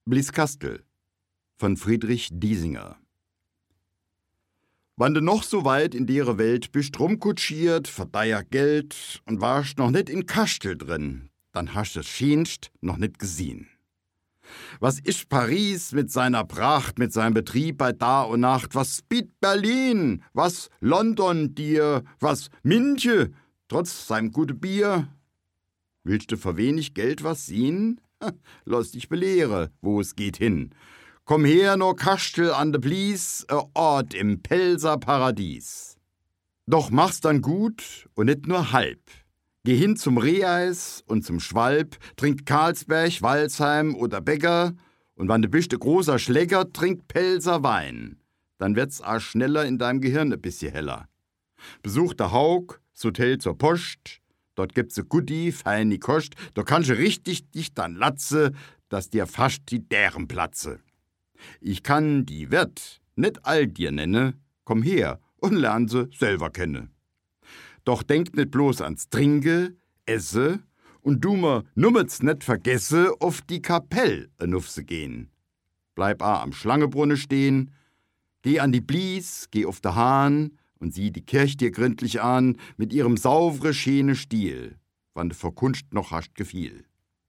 Blieskastel von Friedrich Diesinger. Wann du noch so weit in dere Welt bist rumkutschiert, verdeier Geld und warst noch nicht in Kastel drin, dann hast es scheenst noch nicht gesehen. Was ist Paris mit seiner Pracht, mit seinem Betrieb bei Tag und Nacht? Was bietet Berlin? Was London dir? Was München, trotz seinem guten Bier? Willst du für wenig Geld was sehen? Lass dich belehre, wo es geht hin. Komm her, no Kastel an de Blies, Ort im Pelser Paradies. Doch mach's dann gut und nicht nur halb. Geh hin zum Reheis und zum Schwalb, trink Karlsberg, Walsheim oder Bäcker, und wann du bist de großer Schläger, trink Pelser Wein. Dann wird's a schneller in deinem Gehirn ein bisschen heller. Besuch der Haug, das Hotel zur Post, dort gibt's a Goodie, feini Kost, da kannst du richtig dich dann latze, dass dir fast die Dären platze. Ich kann die Wirt nicht all dir nenne, komm her und lern sie selber kenne. Doch denk nicht bloß ans Trinke, Esse und du mir nummets nicht vergesse, auf die Kapell enufse gehen. Bleib am Schlangebrunne stehen, geh an die Blies, geh auf der Hahn und sieh die Kirch dir gründlich an mit ihrem sauvre, schöne Stil, wann du vor Kunst noch hast gefiel.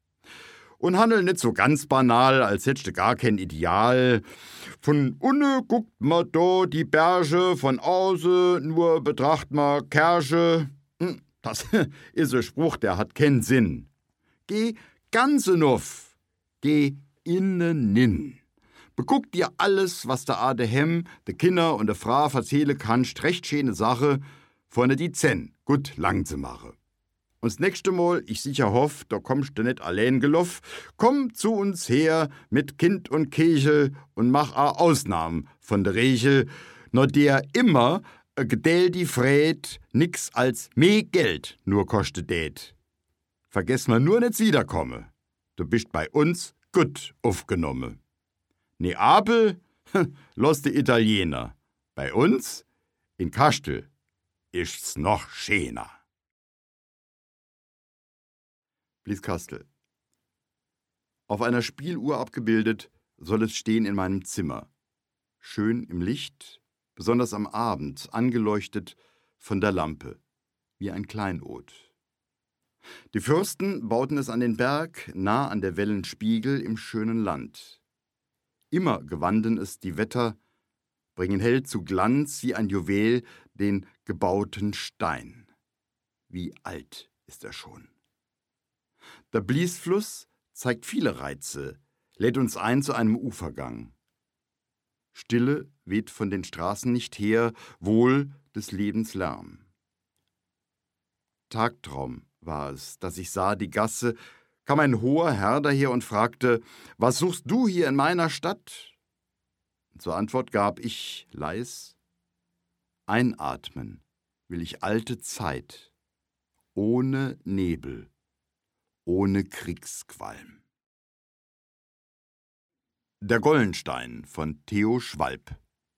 Und handel nicht so ganz banal, als hättest du gar kein Ideal. Von unne guckt ma do die Berge, von außen nur betracht ma Kerche. Das ist ein Spruch, der hat keinen Sinn. Geh ganz nuff, geh innen nin. Beguck dir alles, was der a de Hem, de Kinder und de Fra verzähle kannst, recht schöne Sache, vorne die Zen, gut lang zu mache. Und das nächste Mal, ich sicher hoff, da kommst du nicht allein geloff, komm zu uns her mit Kind und Kechel und mach a Ausnahmen von der Regel, nur der immer gedell die Fred nix als mehr Geld nur kostet det. Vergess mal nur nicht wiederkomme, du bist bei uns gut aufgenommen. Neapel, los die Italiener, bei uns in Kastel ist's noch schöner. Blieskastel. Auf einer Spieluhr abgebildet soll es stehen in meinem Zimmer. Schön im Licht, besonders am Abend, angeleuchtet von der Lampe, wie ein Kleinod. Die Fürsten bauten es an den Berg, nah an der Wellen Spiegel im schönen Land. Immer gewanden es die Wetter, bringen hell zu Glanz wie ein Juwel den gebauten Stein. Wie alt ist er schon? Der Bliesfluss zeigt viele Reize, lädt uns ein zu einem Ufergang. Stille weht von den Straßen nicht her, wohl des Lebens Lärm. Tagtraum war es, dass ich sah die Gasse, kam ein hoher Herr daher und fragte, was suchst du hier in meiner Stadt? Und zur Antwort gab ich leis, einatmen will ich alte Zeit, ohne Nebel, ohne Kriegsqualm. Der Gollenstein von Theo Schwalb.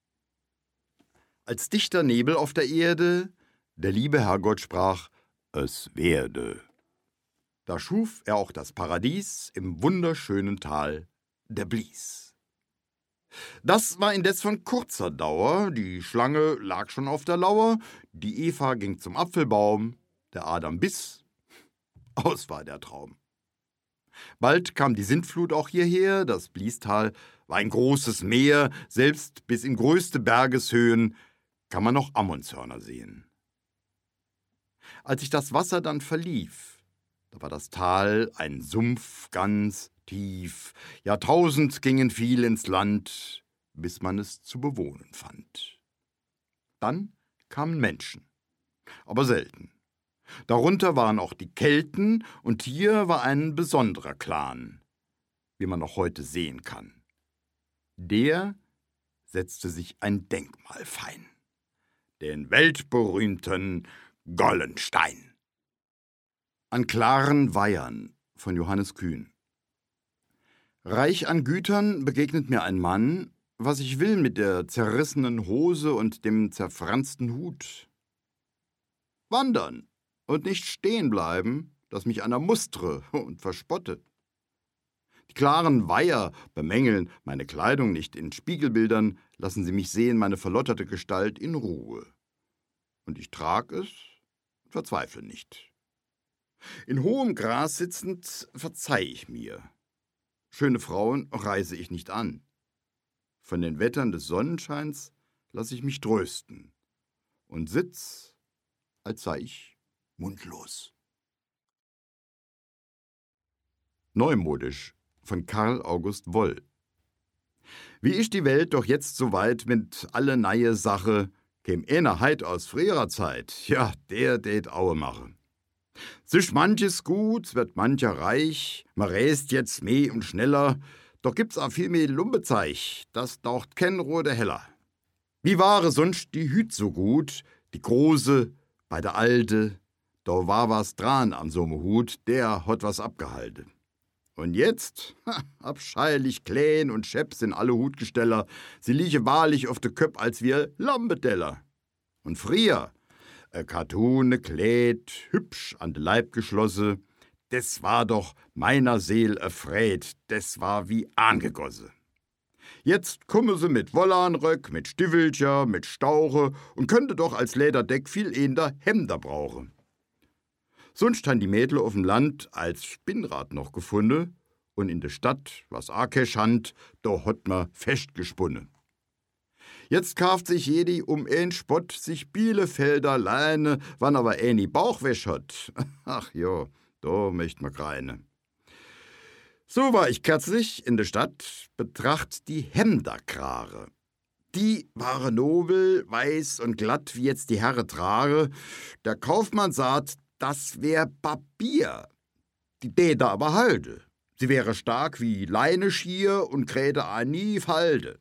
Als dichter Nebel auf der Erde, der liebe Herrgott sprach, es werde. Da schuf er auch das Paradies im wunderschönen Tal der Blies. Das war indes von kurzer Dauer, die Schlange lag schon auf der Lauer, die Eva ging zum Apfelbaum, der Adam biss, aus war der Traum. Bald kam die Sintflut auch hierher, das Bliestal war ein großes Meer, selbst bis in größte Bergeshöhen kann man noch Ammonshörner sehen. Als sich das Wasser dann verlief, da war das Tal ein Sumpf ganz tief, Jahrtausend gingen viel ins Land, bis man es zu bewohnen fand. Dann kamen Menschen, aber selten. Darunter waren auch die Kelten, und hier war ein besonderer Clan, wie man noch heute sehen kann. Der setzte sich ein Denkmal fein, den weltberühmten Gollenstein. An klaren Weihern von Johannes Kühn. Reich an Gütern begegnet mir ein Mann, was ich will mit der zerrissenen Hose und dem zerfransten Hut. Wandern und nicht stehen bleiben, das mich einer mustre und verspotte. Die klaren Weiher bemängeln meine Kleidung nicht, in Spiegelbildern lassen sie mich sehen, meine verlotterte Gestalt in Ruhe. Und ich trag es, verzweifle nicht. In hohem Gras sitzend verzeih ich mir. Schöne Frauen reise ich nicht an. Von den Wettern des Sonnenscheins lasse ich mich trösten und sitz, als sei ich mundlos. Neumodisch von Karl August Woll. Wie ist die Welt doch jetzt so weit mit alle neue Sache, käm einer heit aus früherer Zeit, ja, der det Aue mache. Sich manches gut, wird mancher reich, man reist jetzt mehr und schneller, doch gibt's auch viel mehr Lumbezeich, das daucht kein rote Heller. Wie wäre sonst die Hüt so gut, die große, bei der Alte, da war was dran am so Hut, der hat was abgehalten. Und jetzt, abscheulich klein und schepp sind alle Hutgesteller, sie liege wahrlich auf de Köpp als wir Lambedeller. Und früher, Kartune, Kleid, hübsch an de Leib geschlosse, des war doch meiner Seel erfreut, des war wie angegosse. Jetzt komme sie mit Wollanröck, mit Stivelcher, mit Stauche und könnte doch als Lederdeck viel eender Hemder brauche. Sonst han die Mädel auf dem Land als Spinnrad noch gefunden und in der Stadt, was Akesch hand, da hat ma fest gespunne. Jetzt kauft sich jedi um ein Spott sich Bielefelder Leine, wann aber äni Bauchwäsch hat. Ach jo, da möcht ma greine. So war ich kürzlich in der Stadt, betracht die Hemderkrare. Die waren nobel, weiß und glatt, wie jetzt die Herre trage. Der Kaufmann sagt, das wär Papier. Die Däder aber halte. Sie wäre stark wie Leineschier und kräte a nie Falde.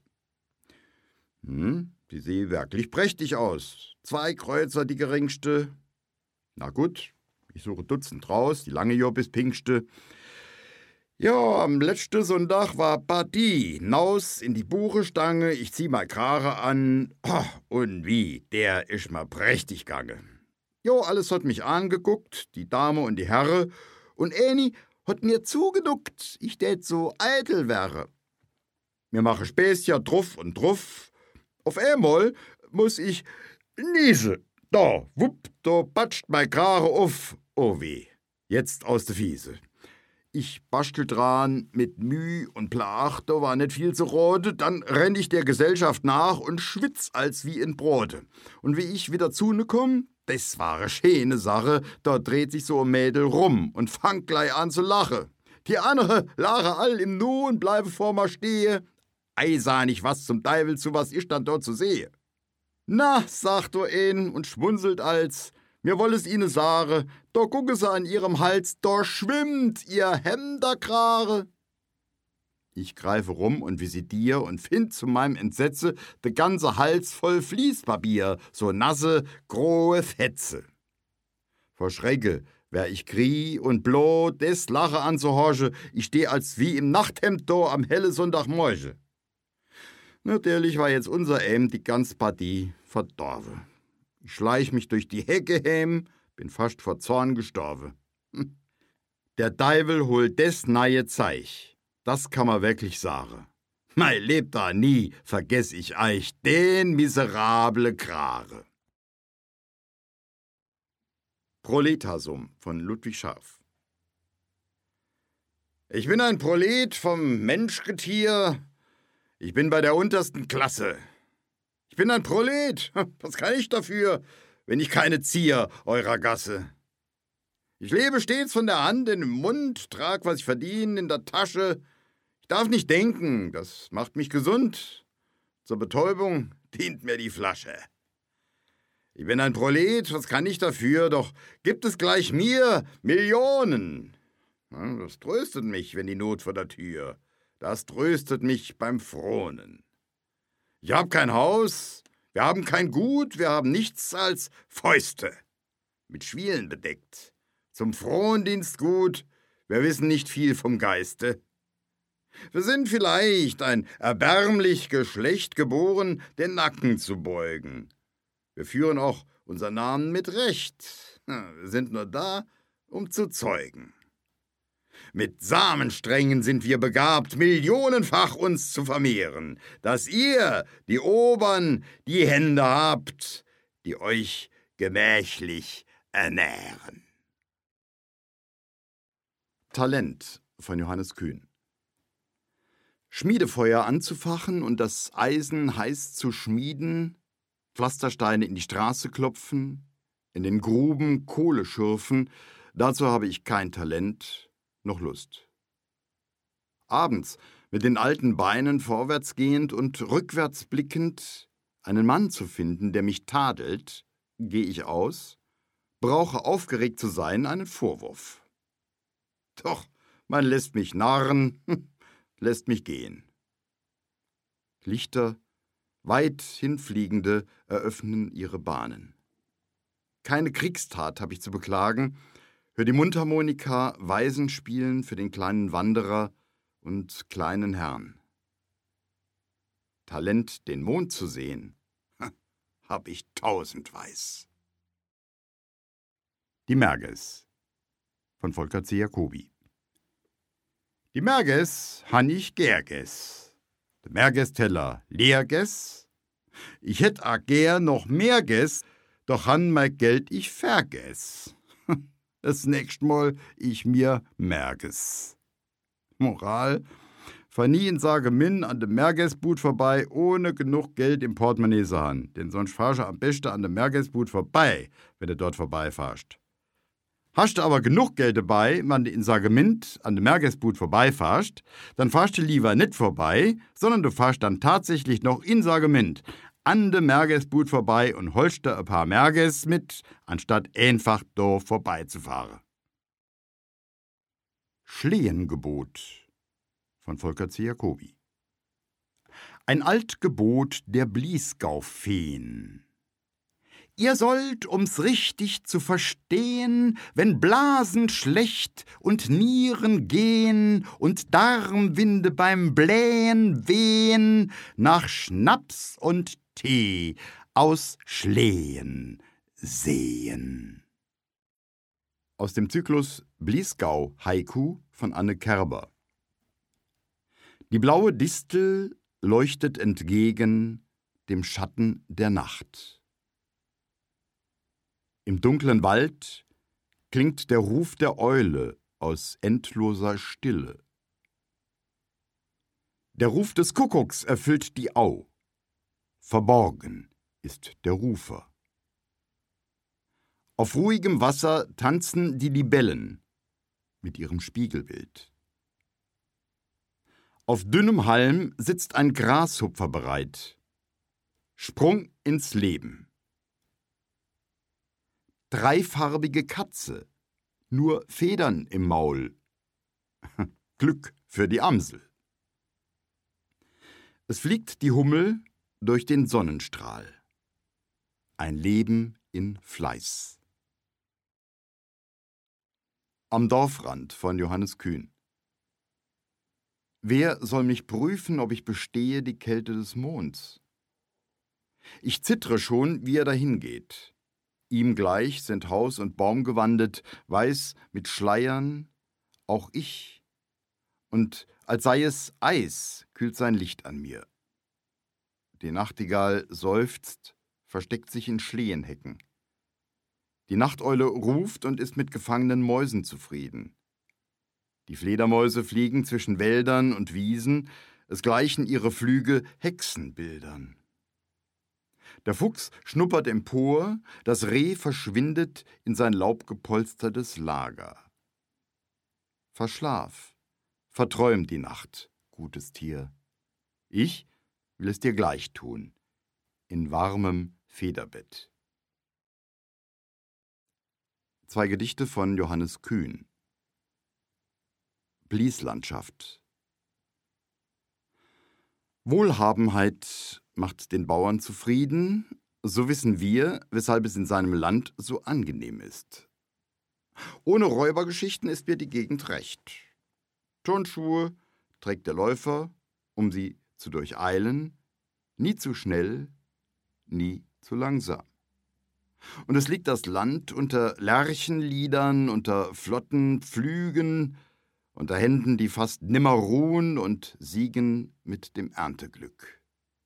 Die sehe wirklich prächtig aus. 2 Kreuzer die geringste. Na gut, ich suche Dutzend raus, die lange Job ist pinkste. Ja, am letzten Sonntag war Partie. Naus in die Buchestange, ich zieh mal Krare an. Oh, und wie, der ist mal prächtig gange. Jo, alles hat mich angeguckt, die Dame und die Herre, und Äni hat mir zugeduckt, ich tät so eitel wäre. Mir mache Späßchen druff und druff. Auf einmal muss ich niese. Da, wupp, da patscht mein Krare auf. Oh weh, jetzt aus der Fiese. Ich bastel dran mit Müh und Plach, da war nicht viel zu rote, dann renn ich der Gesellschaft nach und schwitz als wie in Brote. Und wie ich wieder zu ne komm, das war eine schöne Sache, da dreht sich so ein Mädel rum und fangt gleich an zu lachen. Die andere lache all im Nu und bleibe vor mir stehe. Ei sah nicht was zum Teufel zu, was ich dann dort zu sehe. Na, sagt du ein und schmunzelt als, mir woll es ihnen sagen, da gucke sie an ihrem Hals, da schwimmt ihr Hemderkrare. Ich greife rum und visitiere und find zu meinem Entsetze de ganze Hals voll Fließpapier, so nasse, grohe Fetze. Vor Schrecke wär ich grie und blo, des Lache anzuhorche, ich steh als wie im Nachthemd do am helle Sonntagmorgen. Natürlich war jetzt unser die ganze Partie verdorben. Ich schleich mich durch die Hecke heim, bin fast vor Zorn gestorben. Der Teufel holt des neue Zeich. Das kann man wirklich sagen. Mei lebt da nie, vergess ich euch, den miserable Krare. Proletarsum von Ludwig Scharf. Ich bin ein Prolet vom Menschgetier. Ich bin bei der untersten Klasse. Ich bin ein Prolet. Was kann ich dafür, wenn ich keine Zier eurer Gasse? Ich lebe stets von der Hand in den Mund, trag, was ich verdiene, in der Tasche. Ich darf nicht denken, das macht mich gesund. Zur Betäubung dient mir die Flasche. Ich bin ein Prolet, was kann ich dafür? Doch gibt es gleich mir Millionen. Das tröstet mich, wenn die Not vor der Tür. Das tröstet mich beim Frohnen. Ich hab kein Haus, wir haben kein Gut, wir haben nichts als Fäuste, mit Schwielen bedeckt. Zum Frondienst gut, wir wissen nicht viel vom Geiste. Wir sind vielleicht ein erbärmlich Geschlecht geboren, den Nacken zu beugen. Wir führen auch unseren Namen mit Recht. Wir sind nur da, um zu zeugen. Mit Samensträngen sind wir begabt, millionenfach uns zu vermehren, dass ihr, die Obern, die Hände habt, die euch gemächlich ernähren. Talent von Johannes Kühn. Schmiedefeuer anzufachen und das Eisen heiß zu schmieden, Pflastersteine in die Straße klopfen, in den Gruben Kohle schürfen, dazu habe ich kein Talent noch Lust. Abends mit den alten Beinen vorwärts gehend und rückwärts blickend, einen Mann zu finden, der mich tadelt, gehe ich aus, brauche aufgeregt zu sein einen Vorwurf. Doch, man lässt mich narren, lässt mich gehen. Lichter, weit hinfliegende, eröffnen ihre Bahnen. Keine Kriegstat habe ich zu beklagen, hör die Mundharmonika Weisen spielen für den kleinen Wanderer und kleinen Herrn. Talent, den Mond zu sehen, hab ich tausendweis. Die Merges von Volker C. Jacobi. Die Merges han ich gerges, de Mergesteller leerges. Ich hätt a gär noch mehr ges, doch han mein Geld ich verges. Das nächst Mal ich mir merges. Moral: fahr nie in Sagemin an de Mergesbud vorbei, ohne genug Geld im Portemonnaie zu han. Denn sonst fahrst du am besten an de Mergesbud vorbei, wenn du dort vorbeifahrst. Hast du aber genug Geld dabei, wenn du in Sagemint an de Mergesbud vorbeifahrst, dann fahrst du lieber nicht vorbei, sondern du fahrst dann tatsächlich noch in Sagemint an de Mergesbud vorbei und holst da ein paar Merges mit, anstatt einfach da vorbeizufahren. Schlehengebot von Volker C. Jacobi. Ein alt Gebot der Bliesgaufeen. Ihr sollt, um's richtig zu verstehen, wenn Blasen schlecht und Nieren gehen und Darmwinde beim Blähen wehen, nach Schnaps und Tee aus Schlehen sehen. Aus dem Zyklus Bliesgau Haiku von Anne Kerber. Die blaue Distel leuchtet entgegen dem Schatten der Nacht. Im dunklen Wald klingt der Ruf der Eule aus endloser Stille. Der Ruf des Kuckucks erfüllt die Au. Verborgen ist der Rufer. Auf ruhigem Wasser tanzen die Libellen mit ihrem Spiegelbild. Auf dünnem Halm sitzt ein Grashupfer bereit. Sprung ins Leben. Dreifarbige Katze, nur Federn im Maul. Glück für die Amsel. Es fliegt die Hummel durch den Sonnenstrahl. Ein Leben in Fleiß. Am Dorfrand von Johannes Kühn. Wer soll mich prüfen, ob ich bestehe die Kälte des Monds? Ich zittre schon, wie er dahingeht. Ihm gleich sind Haus und Baum gewandet, weiß mit Schleiern, auch ich. Und als sei es Eis, kühlt sein Licht an mir. Die Nachtigall seufzt, versteckt sich in Schlehenhecken. Die Nachteule ruft und ist mit gefangenen Mäusen zufrieden. Die Fledermäuse fliegen zwischen Wäldern und Wiesen, es gleichen ihre Flüge Hexenbildern. Der Fuchs schnuppert empor, das Reh verschwindet in sein laubgepolstertes Lager. Verschlaf, verträum die Nacht, gutes Tier. Ich will es dir gleich tun, in warmem Federbett. 2 Gedichte von Johannes Kühn. Blieslandschaft. Wohlhabenheit macht den Bauern zufrieden, so wissen wir, weshalb es in seinem Land so angenehm ist. Ohne Räubergeschichten ist mir die Gegend recht. Turnschuhe trägt der Läufer, um sie zu durcheilen, nie zu schnell, nie zu langsam. Und es liegt das Land unter Lerchenliedern, unter flotten Pflügen, unter Händen, die fast nimmer ruhen und siegen mit dem Ernteglück.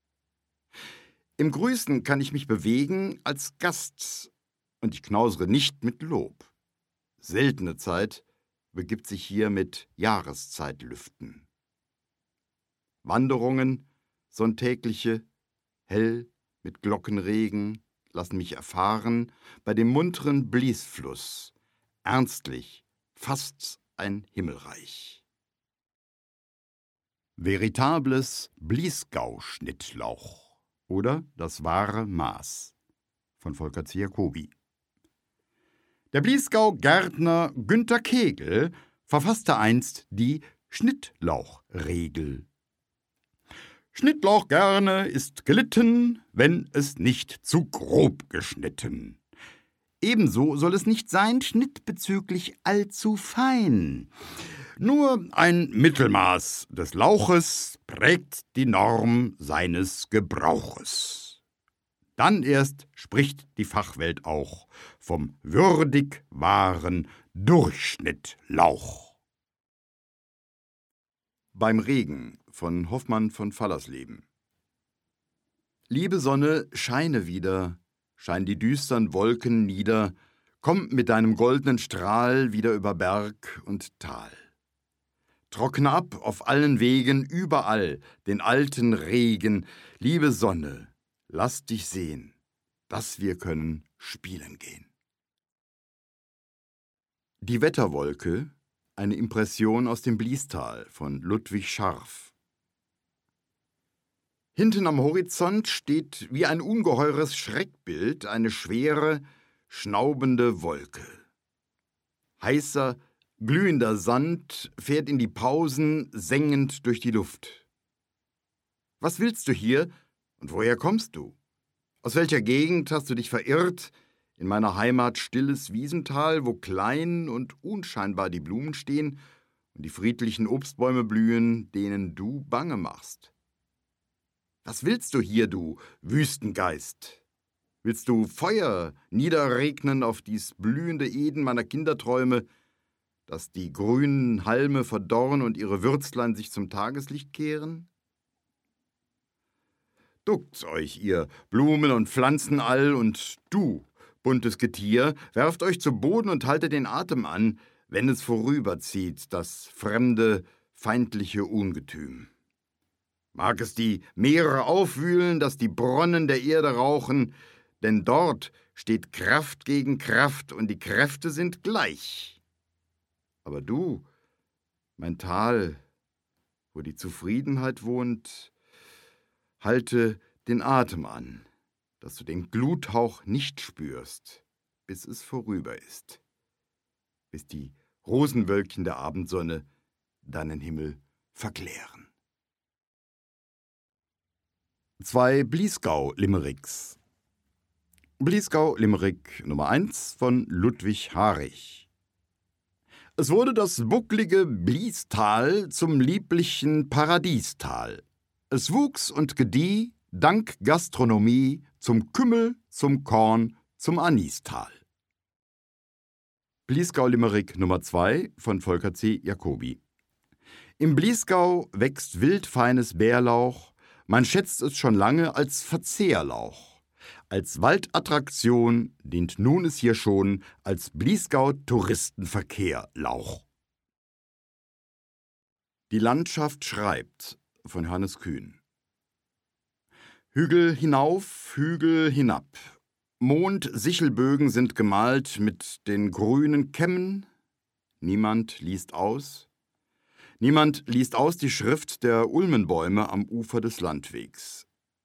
Im Grüßen kann ich mich bewegen als Gast, und ich knausere nicht mit Lob. Seltene Zeit begibt sich hier mit Jahreszeitlüften. Wanderungen, sonntägliche, hell mit Glockenregen, lassen mich erfahren bei dem munteren Bliesfluss, ernstlich, fast ein Himmelreich. Veritables Bliesgau-Schnittlauch oder das wahre Maß von Volker C. Jacobi. Der Bliesgau-Gärtner Günther Kegel verfasste einst die Schnittlauchregel. Schnittlauch gerne ist gelitten, wenn es nicht zu grob geschnitten. Ebenso soll es nicht sein, schnittbezüglich allzu fein. Nur ein Mittelmaß des Lauches prägt die Norm seines Gebrauches. Dann erst spricht die Fachwelt auch vom würdig wahren Durchschnittlauch. Beim Regen von Hoffmann von Fallersleben. Liebe Sonne, scheine wieder, schein die düstern Wolken nieder, komm mit deinem goldenen Strahl wieder über Berg und Tal. Trockne ab auf allen Wegen, überall, den alten Regen. Liebe Sonne, lass dich sehen, dass wir können spielen gehen. Die Wetterwolke, eine Impression aus dem Bliestal von Ludwig Scharf. Hinten am Horizont steht wie ein ungeheures Schreckbild eine schwere, schnaubende Wolke. Heißer, glühender Sand fährt in die Pausen sengend durch die Luft. Was willst du hier und woher kommst du? Aus welcher Gegend hast du dich verirrt? In meiner Heimat stilles Wiesental, wo klein und unscheinbar die Blumen stehen und die friedlichen Obstbäume blühen, denen du bange machst. Was willst du hier, du Wüstengeist? Willst du Feuer niederregnen auf dies blühende Eden meiner Kinderträume, dass die grünen Halme verdorren und ihre Würzlein sich zum Tageslicht kehren? Duckt euch, ihr Blumen und Pflanzen all, und du, buntes Getier, werft euch zu Boden und haltet den Atem an, wenn es vorüberzieht, das fremde, feindliche Ungetüm. Mag es die Meere aufwühlen, dass die Bronnen der Erde rauchen, denn dort steht Kraft gegen Kraft und die Kräfte sind gleich. Aber du, mein Tal, wo die Zufriedenheit wohnt, halte den Atem an, dass du den Gluthauch nicht spürst, bis es vorüber ist, bis die Rosenwölkchen der Abendsonne deinen Himmel verklären. 2 Bliesgau-Limericks. Bliesgau-Limerick Nummer 1 von Ludwig Harich. Es wurde das bucklige Bliestal zum lieblichen Paradiestal. Es wuchs und gedieh, dank Gastronomie, zum Kümmel, zum Korn, zum Anistal. Bliesgau-Limerick Nummer 2 von Volker C. Jacobi. Im Bliesgau wächst wildfeines Bärlauch, man schätzt es schon lange als Verzehrlauch. Als Waldattraktion dient nun es hier schon als Bliesgau-Touristenverkehr-Lauch. Die Landschaft schreibt von Hannes Kühn. Hügel hinauf, Hügel hinab. Mond-Sichelbögen sind gemalt mit den grünen Kämmen. Niemand liest aus. Niemand liest aus die Schrift der Ulmenbäume am Ufer des Landwegs.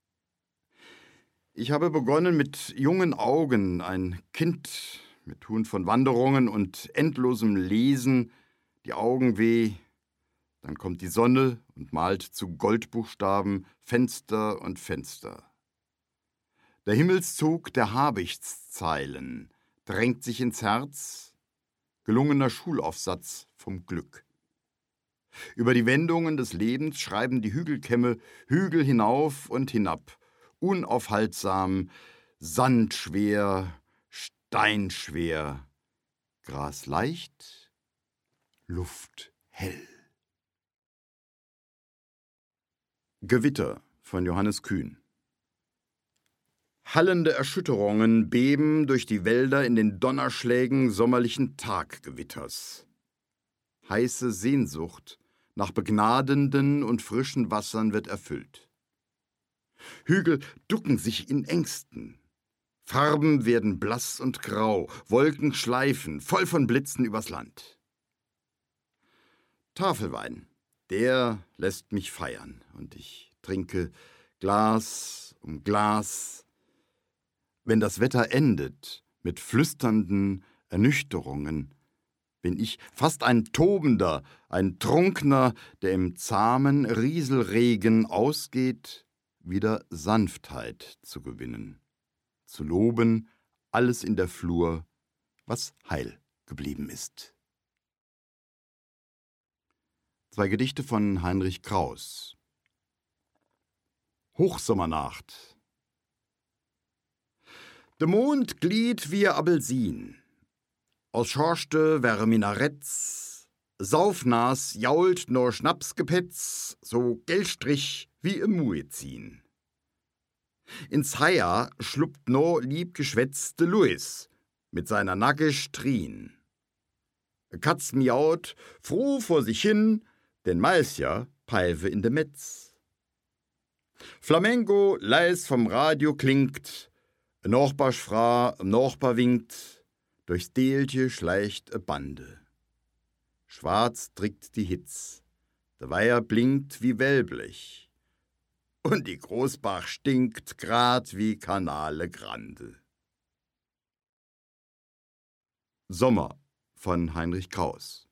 Ich habe begonnen mit jungen Augen, ein Kind mit Tun von Wanderungen und endlosem Lesen, die Augen weh. Dann kommt die Sonne und malt zu Goldbuchstaben Fenster und Fenster. Der Himmelszug der Habichtszeilen drängt sich ins Herz, gelungener Schulaufsatz vom Glück. Über die Wendungen des Lebens schreiben die Hügelkämme Hügel hinauf und hinab, unaufhaltsam, sandschwer, steinschwer, Gras leicht, Luft hell. Gewitter von Johannes Kühn. Hallende Erschütterungen beben durch die Wälder in den Donnerschlägen sommerlichen Taggewitters. Heiße Sehnsucht nach begnadenden und frischen Wassern wird erfüllt. Hügel ducken sich in Ängsten. Farben werden blass und grau, Wolken schleifen, voll von Blitzen übers Land. Tafelwein, der lässt mich feiern, und ich trinke Glas um Glas. Wenn das Wetter endet mit flüsternden Ernüchterungen, bin ich fast ein Tobender, ein Trunkner, der im zahmen Rieselregen ausgeht, wieder Sanftheit zu gewinnen, zu loben alles in der Flur, was heil geblieben ist. 2 Gedichte von Heinrich Kraus. Hochsommernacht. De Mond glied wie a Abelsin. Aus Schorchte wäre Minaretts, Saufnas jault nur Schnapsgepetz, so Geldstrich wie im Muezzin. Ins Haier schluppt no liebgeschwätz de Louis mit seiner nackisch Trien. Katz miaut, froh vor sich hin, denn Maisja Peife in de Metz. Flamengo leis vom Radio klingt, ein Nachbarschfra im Nachbar winkt, durchs Deeltje schleicht e Bande. Schwarz trickt die Hitz, der Weiher blinkt wie Wellblech, und die Großbach stinkt grad wie Canale Grande. Sommer von Heinrich Kraus.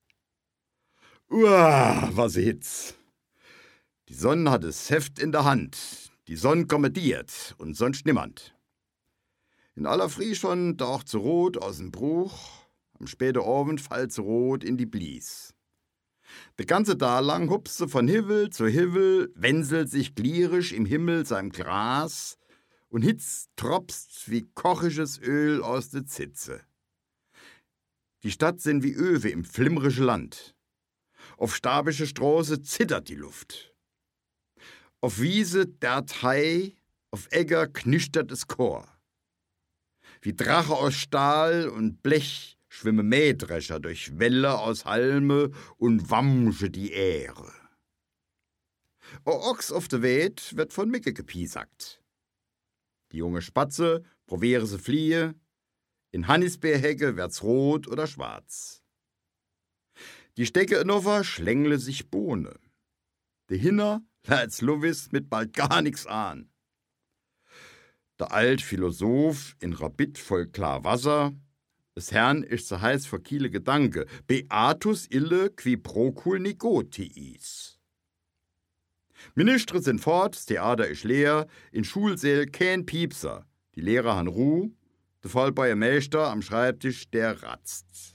Uah, was Hitz! Die Sonne hat es Heft in der Hand, die Sonn kommentiert und sonst niemand. In aller Früh schon taucht zu rot aus dem Bruch, am späten Abend fällt zu rot in die Blies. De ganze Tag lang hupst sie von Himmel zu Himmel, wenselt sich glierisch im Himmel seinem Gras und Hitz tropst wie kochisches Öl aus de Zitze. Die Stadt sind wie Öwe im flimmerische Land. Auf stabische Straße zittert die Luft. Auf Wiese derrt Hai, auf Äcker knüstert es Chor. Wie Drache aus Stahl und Blech schwimmen Mähdrescher durch Wälle aus Halme und wamsche die Ähre. O Ochs auf der Weht wird von Micke gepiesackt. Die junge Spatze probiere sie fliehe, in Hannisbeerhecke wird's rot oder schwarz. Die Stecke innover schlängle sich Bohne. De Hinner lät's Luvis mit bald gar nix an. Der alt Philosoph in Rabbit voll klar Wasser, des Herrn ist so heiß vor Kiele Gedanke, Beatus ille qui procul negotiis. Ministre sind fort, das Theater ist leer, in Schulsäl kein Piepser, die Lehrer han Ruh, der Vollbeier Meister am Schreibtisch, der ratzt.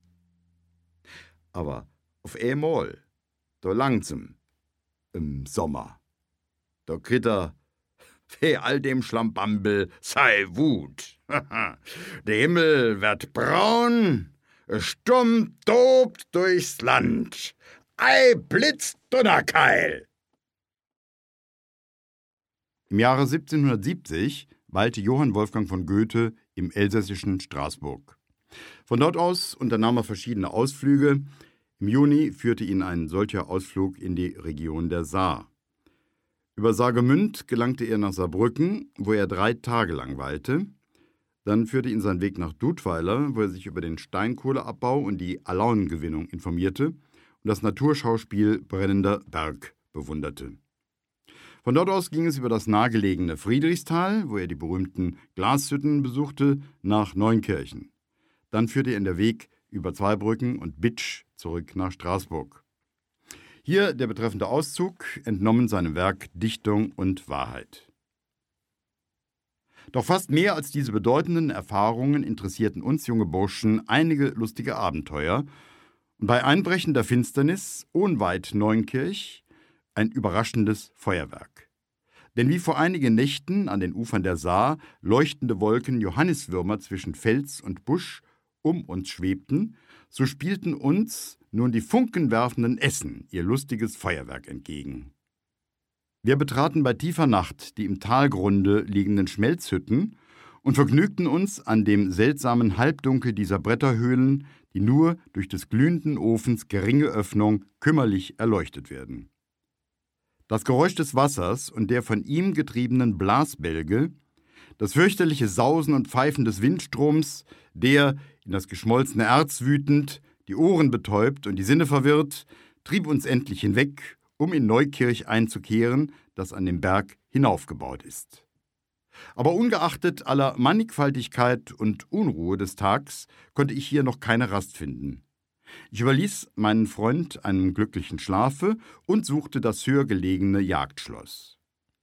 Aber auf einmal, da langsam, im Sommer, da kriegt weh all dem Schlambambel sei Wut. Der Himmel wird braun, es Sturm tobt durchs Land, ei blitzt Donnerkeil. Im Jahre 1770 weilte Johann Wolfgang von Goethe im elsässischen Straßburg. Von dort aus unternahm er verschiedene Ausflüge. Im Juni führte ihn ein solcher Ausflug in die Region der Saar. Über Saargemünd gelangte er nach Saarbrücken, wo er 3 Tage lang weilte. Dann führte ihn sein Weg nach Dudweiler, wo er sich über den Steinkohleabbau und die Alaunengewinnung informierte und das Naturschauspiel Brennender Berg bewunderte. Von dort aus ging es über das nahegelegene Friedrichstal, wo er die berühmten Glashütten besuchte, nach Neunkirchen. Dann führte ihn der Weg über Zweibrücken und Bitsch zurück nach Straßburg. Hier der betreffende Auszug, entnommen seinem Werk Dichtung und Wahrheit. Doch fast mehr als diese bedeutenden Erfahrungen interessierten uns junge Burschen einige lustige Abenteuer und bei einbrechender Finsternis, unweit Neunkirch, ein überraschendes Feuerwerk. Denn wie vor einigen Nächten an den Ufern der Saar leuchtende Wolken Johanniswürmer zwischen Fels und Busch um uns schwebten, so spielten uns nun die funkenwerfenden Essen ihr lustiges Feuerwerk entgegen. Wir betraten bei tiefer Nacht die im Talgrunde liegenden Schmelzhütten und vergnügten uns an dem seltsamen Halbdunkel dieser Bretterhöhlen, die nur durch des glühenden Ofens geringe Öffnung kümmerlich erleuchtet werden. Das Geräusch des Wassers und der von ihm getriebenen Blasbälge, das fürchterliche Sausen und Pfeifen des Windstroms, der, in das geschmolzene Erz wütend, die Ohren betäubt und die Sinne verwirrt, trieb uns endlich hinweg, um in Neukirch einzukehren, das an dem Berg hinaufgebaut ist. Aber ungeachtet aller Mannigfaltigkeit und Unruhe des Tags konnte ich hier noch keine Rast finden. Ich überließ meinen Freund einem glücklichen Schlafe und suchte das höher gelegene Jagdschloss.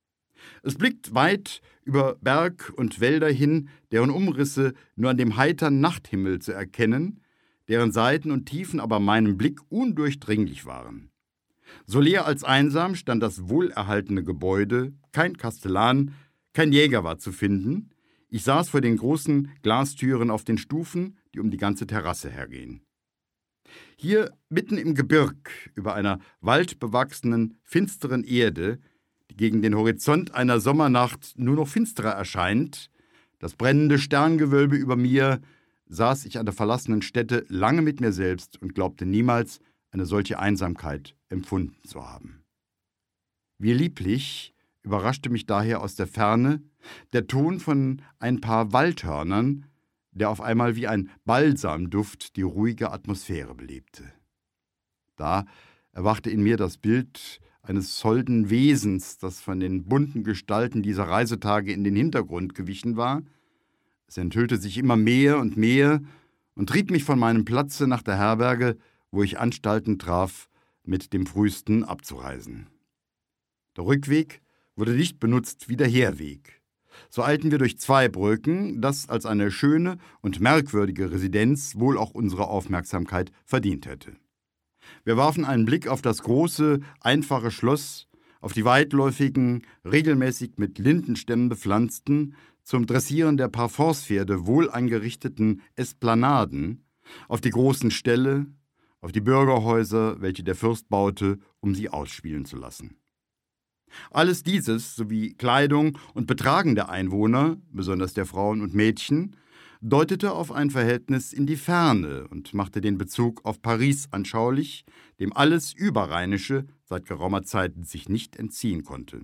Es blickt weit über Berg und Wälder hin, deren Umrisse nur an dem heitern Nachthimmel zu erkennen, deren Seiten und Tiefen aber meinem Blick undurchdringlich waren. So leer als einsam stand das wohlerhaltene Gebäude, kein Kastellan, kein Jäger war zu finden. Ich saß vor den großen Glastüren auf den Stufen, die um die ganze Terrasse hergehen. Hier mitten im Gebirg, über einer waldbewachsenen, finsteren Erde, die gegen den Horizont einer Sommernacht nur noch finsterer erscheint, das brennende Sterngewölbe über mir, saß ich an der verlassenen Stätte lange mit mir selbst und glaubte niemals, eine solche Einsamkeit empfunden zu haben. Wie lieblich überraschte mich daher aus der Ferne der Ton von ein paar Waldhörnern, der auf einmal wie ein Balsamduft die ruhige Atmosphäre belebte. Da erwachte in mir das Bild eines holden Wesens, das von den bunten Gestalten dieser Reisetage in den Hintergrund gewichen war. Es enthüllte sich immer mehr und trieb mich von meinem Platze nach der Herberge, wo ich Anstalten traf, mit dem Frühesten abzureisen. Der Rückweg wurde nicht benutzt wie der Herweg. So eilten wir durch Zweibrücken, das als eine schöne und merkwürdige Residenz wohl auch unsere Aufmerksamkeit verdient hätte. Wir warfen einen Blick auf das große, einfache Schloss, auf die weitläufigen, regelmäßig mit Lindenstämmen bepflanzten, zum Dressieren der Parforcepferde wohl eingerichteten Esplanaden, auf die großen Ställe, auf die Bürgerhäuser, welche der Fürst baute, um sie ausspielen zu lassen. Alles dieses, sowie Kleidung und Betragen der Einwohner, besonders der Frauen und Mädchen, deutete auf ein Verhältnis in die Ferne und machte den Bezug auf Paris anschaulich, dem alles Überrheinische seit geraumer Zeit sich nicht entziehen konnte.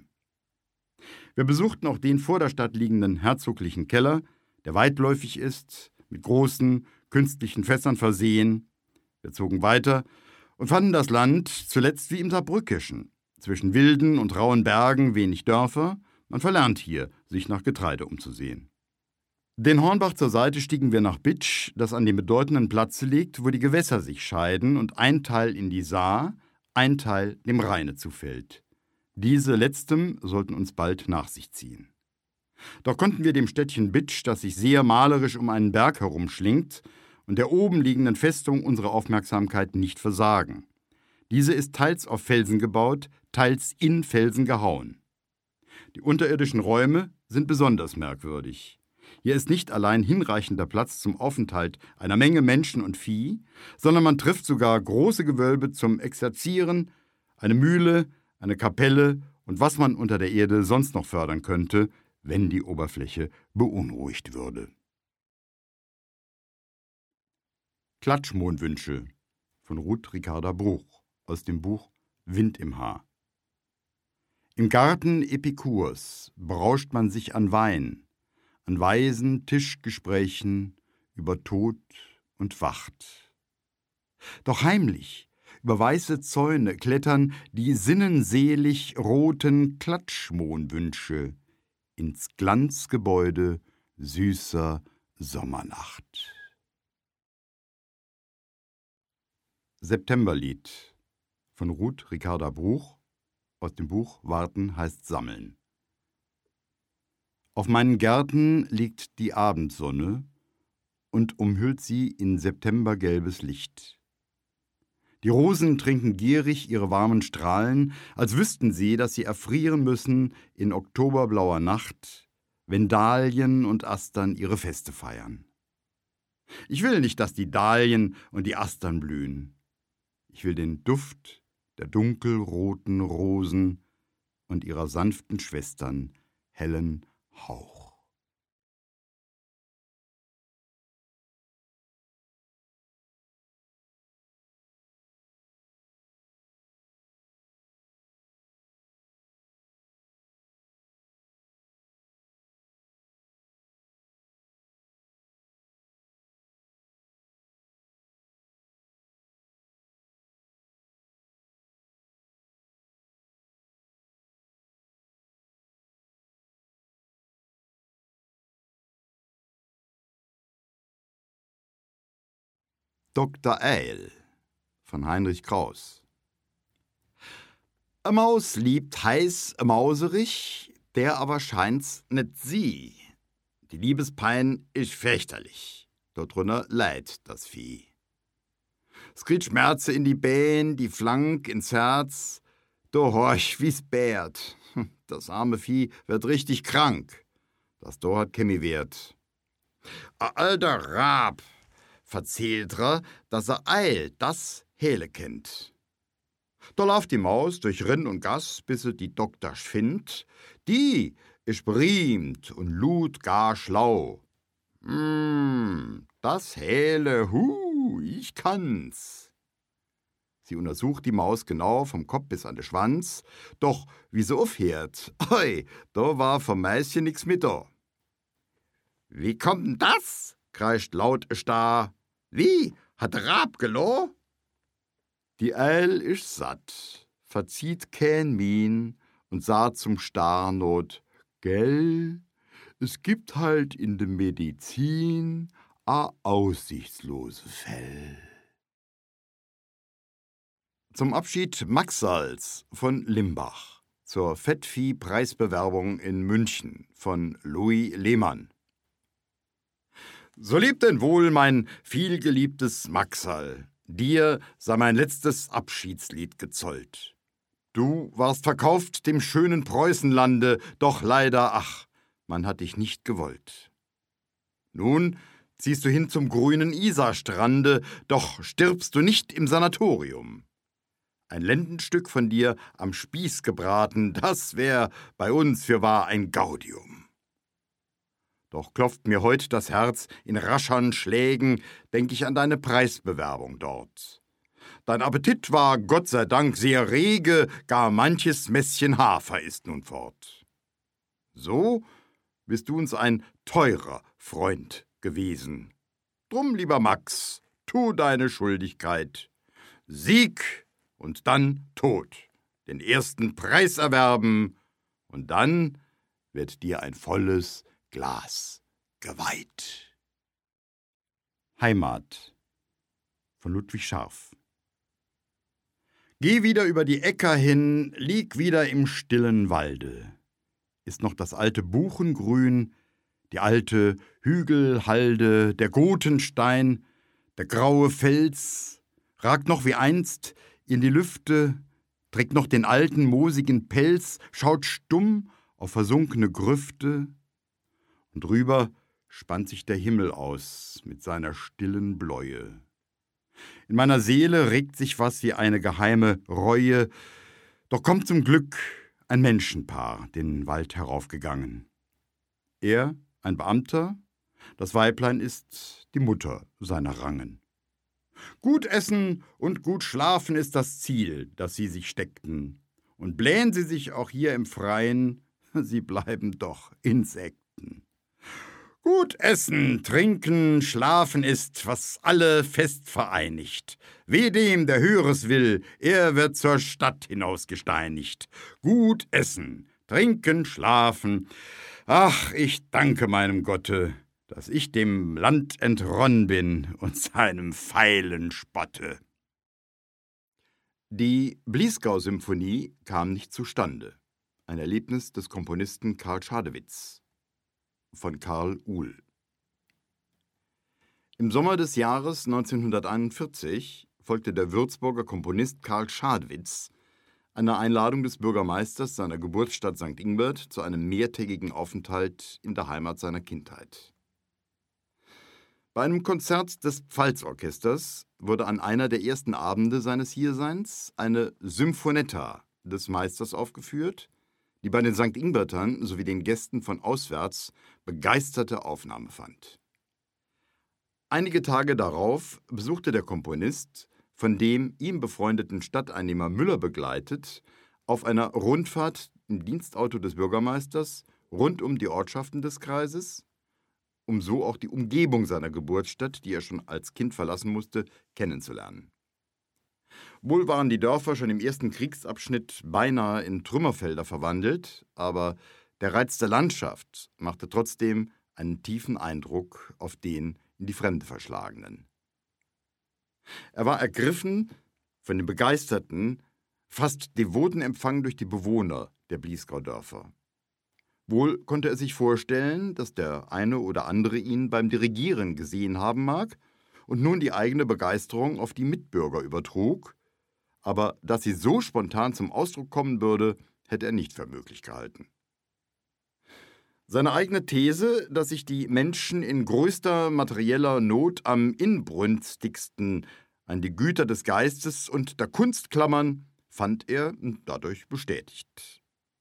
Wir besuchten auch den vor der Stadt liegenden herzoglichen Keller, der weitläufig ist, mit großen, künstlichen Fässern versehen. Wir zogen weiter und fanden das Land zuletzt wie im Saarbrückischen. Zwischen wilden und rauen Bergen wenig Dörfer, man verlernt hier, sich nach Getreide umzusehen. Den Hornbach zur Seite stiegen wir nach Bitsch, das an dem bedeutenden Platze liegt, wo die Gewässer sich scheiden und ein Teil in die Saar, ein Teil dem Rheine zufällt. Diese letztem sollten uns bald nach sich ziehen. Doch konnten wir dem Städtchen Bitsch, das sich sehr malerisch um einen Berg herumschlingt, und der oben liegenden Festung unsere Aufmerksamkeit nicht versagen. Diese ist teils auf Felsen gebaut, teils in Felsen gehauen. Die unterirdischen Räume sind besonders merkwürdig. Hier ist nicht allein hinreichender Platz zum Aufenthalt einer Menge Menschen und Vieh, sondern man trifft sogar große Gewölbe zum Exerzieren, eine Mühle, eine Kapelle und was man unter der Erde sonst noch fördern könnte, wenn die Oberfläche beunruhigt würde. Klatschmohnwünsche von Ruth Ricarda Bruch aus dem Buch Wind im Haar. Im Garten Epikurs berauscht man sich an Wein, an weisen Tischgesprächen über Tod und Wacht. Doch heimlich über weiße Zäune klettern die sinnenselig roten Klatschmohnwünsche ins Glanzgebäude süßer Sommernacht. Septemberlied von Ruth Ricarda Bruch aus dem Buch Warten heißt Sammeln. Auf meinen Gärten liegt die Abendsonne und umhüllt sie in septembergelbes Licht. Die Rosen trinken gierig ihre warmen Strahlen, als wüssten sie, dass sie erfrieren müssen in oktoberblauer Nacht, wenn Dahlien und Astern ihre Feste feiern. Ich will nicht, dass die Dahlien und die Astern blühen. Ich will den Duft der dunkelroten Rosen und ihrer sanften Schwestern hellen Hauch. Dr. Eil von Heinrich Kraus. A Maus liebt heiß a Mauserich, der aber scheint's net sie. Die Liebespein isch fürchterlich, dort drunter leidt das Vieh. Es kriegt Schmerze in die Bein, die Flank ins Herz, do horch wie's bärt. Das arme Vieh wird richtig krank, das do hat Chemie wert. A alter Rab verzählt dass Eil das Hele kennt. Da lauft die Maus durch Rinn und Gass, bis sie die Doktor findt. Die isch beriemt und lud gar schlau. Das Hele, ich kann's. Sie untersucht die Maus genau vom Kopf bis an den Schwanz. Doch wie sie aufhört, da war vom Mäischen nix mit da. Wie kommt denn das? Kreischt laut Star. Wie? Hat der Rab geloh? Die Eil isch satt, verzieht kein Mien und sah zum Starnot, gell, es gibt halt in de Medizin a aussichtslose Fäll. Zum Abschied Maxals von Limbach zur Fettvieh-Preisbewerbung in München von Louis Lehmann. So lebt denn wohl mein vielgeliebtes Maxal, dir sei mein letztes Abschiedslied gezollt. Du warst verkauft dem schönen Preußenlande, doch leider, ach, man hat dich nicht gewollt. Nun ziehst du hin zum grünen Isarstrande, doch stirbst du nicht im Sanatorium. Ein Lendenstück von dir am Spieß gebraten, das wär bei uns fürwahr ein Gaudium. Doch klopft mir heut das Herz in raschern Schlägen, denk ich an deine Preisbewerbung dort. Dein Appetit war Gott sei Dank sehr rege, gar manches Mässchen Hafer ist nun fort. So bist du uns ein teurer Freund gewesen. Drum, lieber Max, tu deine Schuldigkeit. Sieg und dann Tod, den ersten Preis erwerben, und dann wird dir ein volles Glas geweiht. Heimat von Ludwig Scharf. Geh wieder über die Äcker hin, lieg wieder im stillen Walde. Ist noch das alte Buchengrün, die alte Hügelhalde, der Gotenstein, der graue Fels, ragt noch wie einst in die Lüfte, trägt noch den alten moosigen Pelz, schaut stumm auf versunkene Grüfte, und drüber spannt sich der Himmel aus mit seiner stillen Bläue. In meiner Seele regt sich was wie eine geheime Reue, doch kommt zum Glück ein Menschenpaar den Wald heraufgegangen. Er, ein Beamter, das Weiblein ist die Mutter seiner Rangen. Gut essen und gut schlafen ist das Ziel, das sie sich steckten, und blähen sie sich auch hier im Freien, sie bleiben doch Insekten. Gut essen, trinken, schlafen ist, was alle fest vereinigt. Weh dem, der Höheres will, er wird zur Stadt hinausgesteinigt. Gut essen, trinken, schlafen. Ach, ich danke meinem Gotte, dass ich dem Land entronnen bin und seinem Pfeilen spotte. Die Bliesgau-Symphonie kam nicht zustande. Ein Erlebnis des Komponisten Karl Schadewitz von Karl Uhl. Im Sommer des Jahres 1941 folgte der Würzburger Komponist Karl Schadewitz einer Einladung des Bürgermeisters seiner Geburtsstadt St. Ingbert zu einem mehrtägigen Aufenthalt in der Heimat seiner Kindheit. Bei einem Konzert des Pfalzorchesters wurde an einer der ersten Abende seines Hierseins eine Symphonetta des Meisters aufgeführt, die bei den St. Ingbertern sowie den Gästen von auswärts begeisterte Aufnahme fand. Einige Tage darauf besuchte der Komponist, von dem ihm befreundeten Stadteinnehmer Müller begleitet, auf einer Rundfahrt im Dienstauto des Bürgermeisters rund um die Ortschaften des Kreises, um so auch die Umgebung seiner Geburtsstadt, die er schon als Kind verlassen musste, kennenzulernen. Wohl waren die Dörfer schon im ersten Kriegsabschnitt beinahe in Trümmerfelder verwandelt, aber der Reiz der Landschaft machte trotzdem einen tiefen Eindruck auf den in die Fremde Verschlagenen. Er war ergriffen von dem begeisterten, fast devoten Empfang durch die Bewohner der Bliesgau-Dörfer. Wohl konnte er sich vorstellen, dass der eine oder andere ihn beim Dirigieren gesehen haben mag und nun die eigene Begeisterung auf die Mitbürger übertrug, aber dass sie so spontan zum Ausdruck kommen würde, hätte er nicht für möglich gehalten. Seine eigene These, dass sich die Menschen in größter materieller Not am inbrünstigsten an die Güter des Geistes und der Kunst klammern, fand er dadurch bestätigt.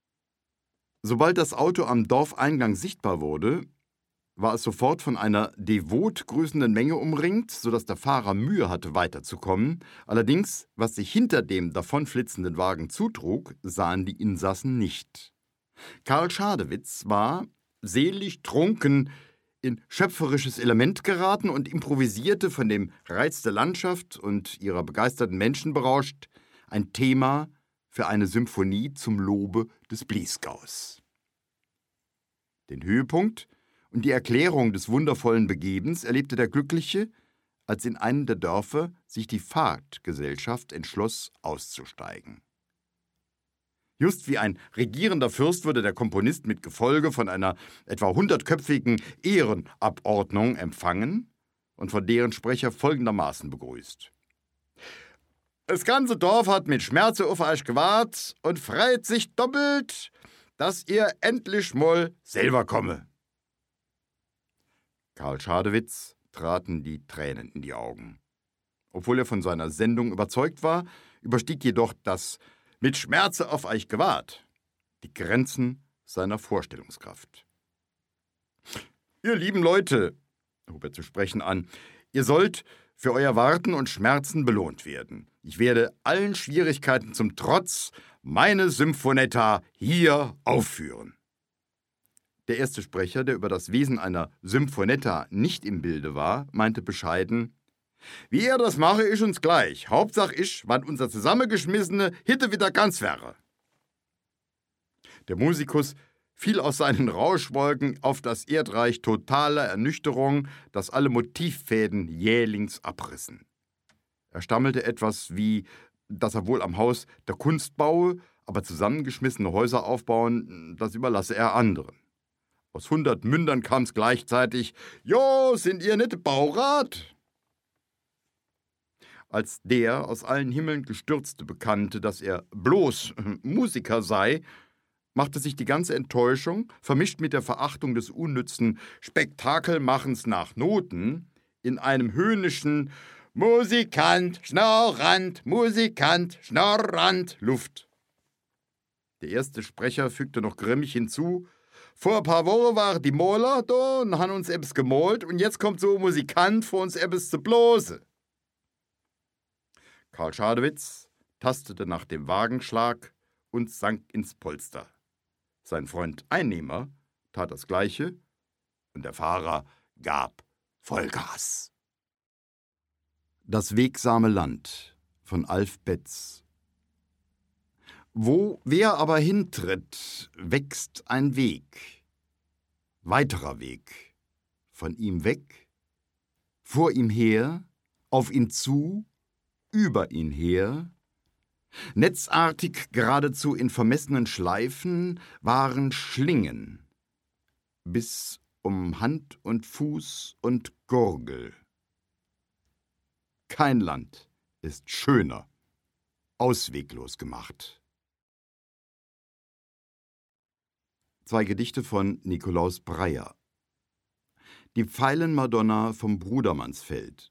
Sobald das Auto am Dorfeingang sichtbar wurde, war es sofort von einer devot grüßenden Menge umringt, sodass der Fahrer Mühe hatte, weiterzukommen. Allerdings, was sich hinter dem davonflitzenden Wagen zutrug, sahen die Insassen nicht. Karl Schadewitz war, selig trunken, in schöpferisches Element geraten und improvisierte, von dem Reiz der Landschaft und ihrer begeisterten Menschen berauscht, ein Thema für eine Symphonie zum Lobe des Bliesgaus. Den Höhepunkt und die Erklärung des wundervollen Begebens erlebte der Glückliche, als in einem der Dörfer sich die Fahrtgesellschaft entschloss, auszusteigen. Just wie ein regierender Fürst wurde der Komponist mit Gefolge von einer etwa 100-köpfigen Ehrenabordnung empfangen und von deren Sprecher folgendermaßen begrüßt: Das ganze Dorf hat mit Schmerz auf euch gewartet und freut sich doppelt, dass ihr endlich mal selber komme. Karl Schadewitz traten die Tränen in die Augen. Obwohl er von seiner Sendung überzeugt war, überstieg jedoch das mit Schmerze auf euch gewahrt die Grenzen seiner Vorstellungskraft. Ihr lieben Leute, hob er zu sprechen an, ihr sollt für euer Warten und Schmerzen belohnt werden. Ich werde allen Schwierigkeiten zum Trotz meine Symphonetta hier aufführen. Der erste Sprecher, der über das Wesen einer Symphonetta nicht im Bilde war, meinte bescheiden: Wie er das mache, ist uns gleich. Hauptsache ist, wann unser zusammengeschmissene Hitte wieder ganz wäre. Der Musikus fiel aus seinen Rauschwolken auf das Erdreich totaler Ernüchterung, das alle Motivfäden jählings abrissen. Er stammelte etwas wie, dass er wohl am Haus der Kunst baue, aber zusammengeschmissene Häuser aufbauen, das überlasse er anderen. Aus 100 Mündern kam's gleichzeitig: Jo, sind ihr nicht Baurat? Als der aus allen Himmeln gestürzte bekannte, dass er bloß Musiker sei, machte sich die ganze Enttäuschung, vermischt mit der Verachtung des unnützen Spektakelmachens nach Noten, in einem höhnischen Musikant, schnorrand, Luft. Der erste Sprecher fügte noch grimmig hinzu: Vor ein paar Wochen waren die Moller da und haben uns etwas gemalt und jetzt kommt so ein Musikant vor uns etwas zu blose. Karl Schadewitz tastete nach dem Wagenschlag und sank ins Polster. Sein Freund Einnehmer tat das Gleiche und der Fahrer gab Vollgas. Das wegsame Land von Alf Betz. Wo wer aber hintritt, wächst ein Weg, weiterer Weg, von ihm weg, vor ihm her, auf ihn zu, über ihn her. Netzartig geradezu in vermessenen Schleifen waren Schlingen, bis um Hand und Fuß und Gurgel. Kein Land ist schöner, ausweglos gemacht. 2 Gedichte von Nikolaus Breyer. die Pfeilenmadonna vom Brudermannsfeld.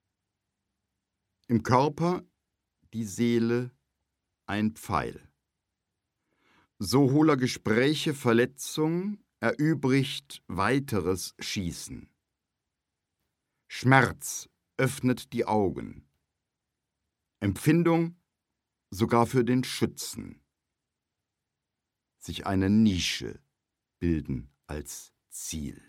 Im Körper die Seele ein Pfeil. So hohler Gespräche Verletzung erübrigt weiteres Schießen. Schmerz öffnet die Augen. Empfindung sogar für den Schützen. Sich eine Nische bilden als Ziel.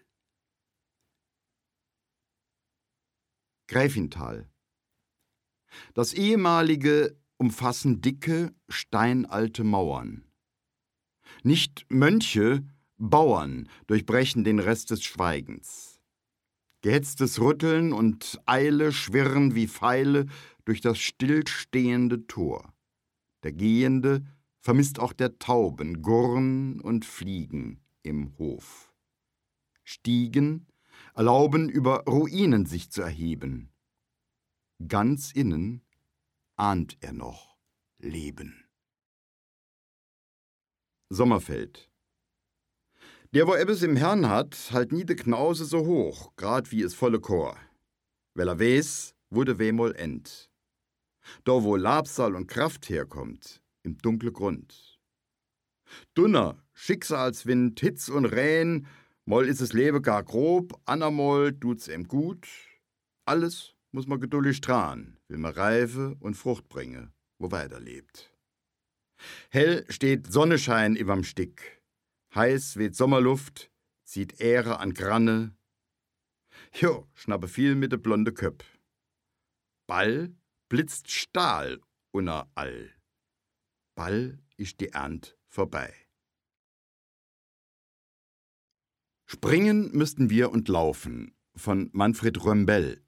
Gräfintal. Das ehemalige umfassen dicke, steinalte Mauern. Nicht Mönche, Bauern durchbrechen den Rest des Schweigens. Gehetztes Rütteln und Eile schwirren wie Pfeile durch das stillstehende Tor. Der Gehende vermisst auch der Tauben, Gurren und Fliegen im Hof. Stiegen erlauben, über Ruinen sich zu erheben. Ganz innen ahnt er noch Leben. Sommerfeld. Der, wo ebbes im Herrn hat, halt nie de Knause so hoch, grad wie es volle Chor. Weil er weiß, wo de Wehmol end. Da, wo Labsal und Kraft herkommt, im dunkle Grund. Dunner, Schicksalswind, Hitz und Rehn, moll is es Lebe gar grob, anermoll tut's em gut. Alles muss man geduldig tragen, will man Reife und Frucht bringe, wo weiterlebt. Hell steht Sonnenschein überm Stick, heiß weht Sommerluft, zieht Ähre an Granne. Jo, schnappe viel mit de blonde Köpp. Ball blitzt Stahl unter all. Ball ist die Ernt vorbei. Springen müssten wir und laufen, von Manfred Römbell.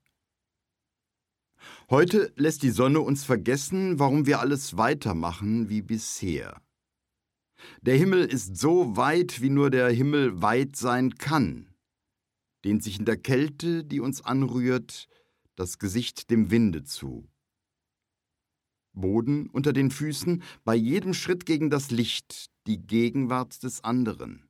Heute lässt die Sonne uns vergessen, warum wir alles weitermachen wie bisher. Der Himmel ist so weit, wie nur der Himmel weit sein kann, dehnt sich in der Kälte, die uns anrührt, das Gesicht dem Winde zu. Boden unter den Füßen, bei jedem Schritt gegen das Licht, die Gegenwart des anderen.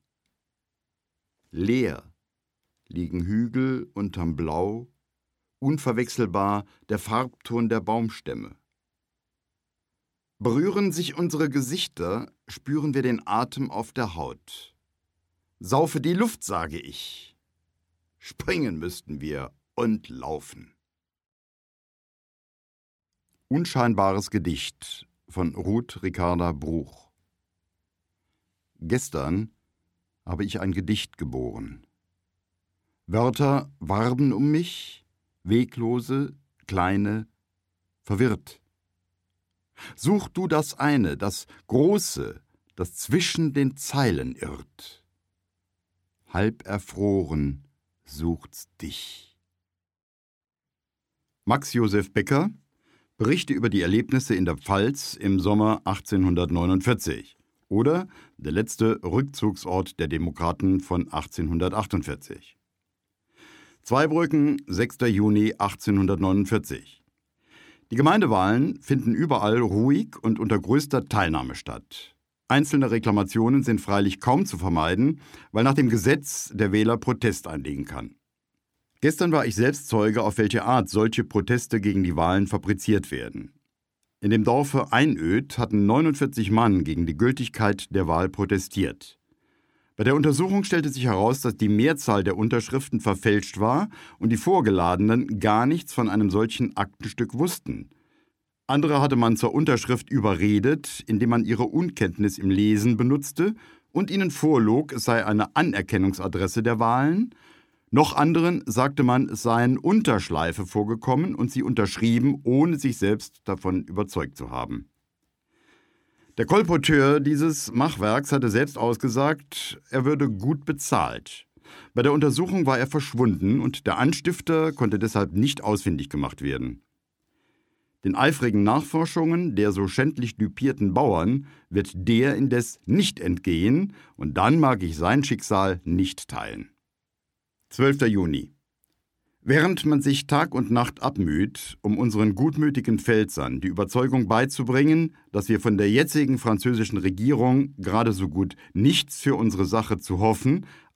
Leer liegen Hügel unterm Blau, unverwechselbar der Farbton der Baumstämme. Berühren sich unsere Gesichter, spüren wir den Atem auf der Haut. Saufe die Luft, sage ich. Springen müssten wir und laufen. Unscheinbares Gedicht von Ruth Ricarda Bruch. Gestern habe ich ein Gedicht geboren. Wörter warben um mich, weglose, kleine, verwirrt. Such du das eine, das Große, das zwischen den Zeilen irrt. Halb erfroren sucht's dich. Max Josef Becker, Berichte über die Erlebnisse in der Pfalz im Sommer 1849 oder der letzte Rückzugsort der Demokraten von 1848. Zweibrücken, 6. Juni 1849. Die Gemeindewahlen finden überall ruhig und unter größter Teilnahme statt. Einzelne Reklamationen sind freilich kaum zu vermeiden, weil nach dem Gesetz der Wähler Protest einlegen kann. Gestern war ich selbst Zeuge, auf welche Art solche Proteste gegen die Wahlen fabriziert werden. In dem Dorfe Einöd hatten 49 Mann gegen die Gültigkeit der Wahl protestiert. Bei der Untersuchung stellte sich heraus, dass die Mehrzahl der Unterschriften verfälscht war und die Vorgeladenen gar nichts von einem solchen Aktenstück wussten. Andere hatte man zur Unterschrift überredet, indem man ihre Unkenntnis im Lesen benutzte und ihnen vorlog, es sei eine Anerkennungsadresse der Wahlen. Noch anderen sagte man, es seien Unterschleife vorgekommen und sie unterschrieben, ohne sich selbst davon überzeugt zu haben. Der Kolporteur dieses Machwerks hatte selbst ausgesagt, er würde gut bezahlt. Bei der Untersuchung war er verschwunden und der Anstifter konnte deshalb nicht ausfindig gemacht werden. Den eifrigen Nachforschungen der so schändlich düpierten Bauern wird der indes nicht entgehen und dann mag ich sein Schicksal nicht teilen. 12. Juni. Während man sich Tag und Nacht abmüht, um unseren gutmütigen Pfälzern die Überzeugung beizubringen, dass wir von der jetzigen französischen Regierung gerade so gut nichts für unsere Sache zu hoffen,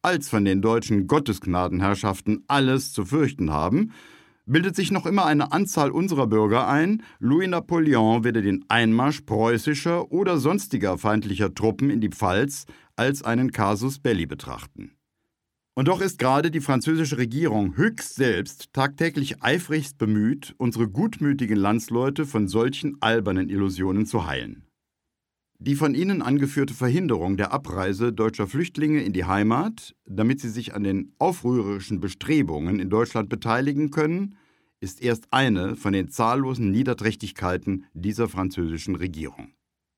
als von den deutschen Gottesgnadenherrschaften alles zu fürchten haben, bildet sich noch immer eine Anzahl unserer Bürger ein, Louis Napoleon werde den Einmarsch preußischer oder sonstiger feindlicher Truppen in die Pfalz als einen Casus belli betrachten. Und doch ist gerade die französische Regierung höchst selbst tagtäglich eifrigst bemüht, unsere gutmütigen Landsleute von solchen albernen Illusionen zu heilen. Die von ihnen angeführte Verhinderung der Abreise deutscher Flüchtlinge in die Heimat, damit sie sich an den aufrührerischen Bestrebungen in Deutschland beteiligen können, ist erst eine von den zahllosen Niederträchtigkeiten dieser französischen Regierung.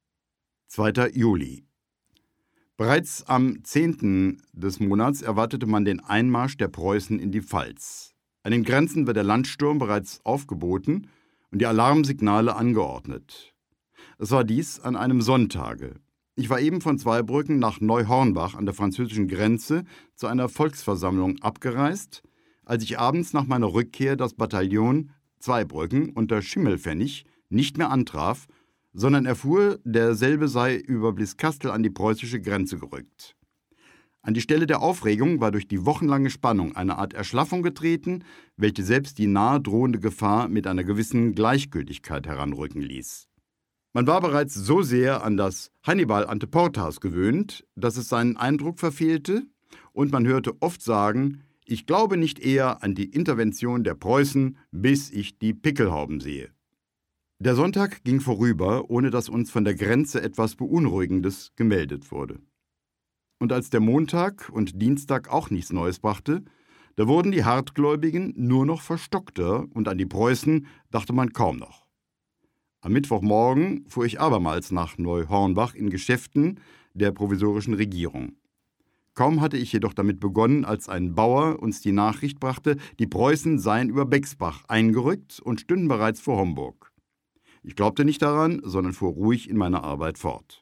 2. Juli. Bereits am 10. des Monats erwartete man den Einmarsch der Preußen in die Pfalz. An den Grenzen wird der Landsturm bereits aufgeboten und die Alarmsignale angeordnet. Es war dies an einem Sonntage. Ich war eben von Zweibrücken nach Neuhornbach an der französischen Grenze zu einer Volksversammlung abgereist, als ich abends nach meiner Rückkehr das Bataillon Zweibrücken unter Schimmelpfennig nicht mehr antraf, sondern erfuhr, derselbe sei über Blieskastel an die preußische Grenze gerückt. An die Stelle der Aufregung war durch die wochenlange Spannung eine Art Erschlaffung getreten, welche selbst die nahe drohende Gefahr mit einer gewissen Gleichgültigkeit heranrücken ließ. Man war bereits so sehr an das Hannibal ante portas gewöhnt, dass es seinen Eindruck verfehlte, und man hörte oft sagen, ich glaube nicht eher an die Intervention der Preußen, bis ich die Pickelhauben sehe. Der Sonntag ging vorüber, ohne dass uns von der Grenze etwas Beunruhigendes gemeldet wurde. Und als der Montag und Dienstag auch nichts Neues brachte, da wurden die Hartgläubigen nur noch verstockter und an die Preußen dachte man kaum noch. Am Mittwochmorgen fuhr ich abermals nach Neuhornbach in Geschäften der provisorischen Regierung. Kaum hatte ich jedoch damit begonnen, als ein Bauer uns die Nachricht brachte, die Preußen seien über Bexbach eingerückt und stünden bereits vor Homburg. Ich glaubte nicht daran, sondern fuhr ruhig in meiner Arbeit fort.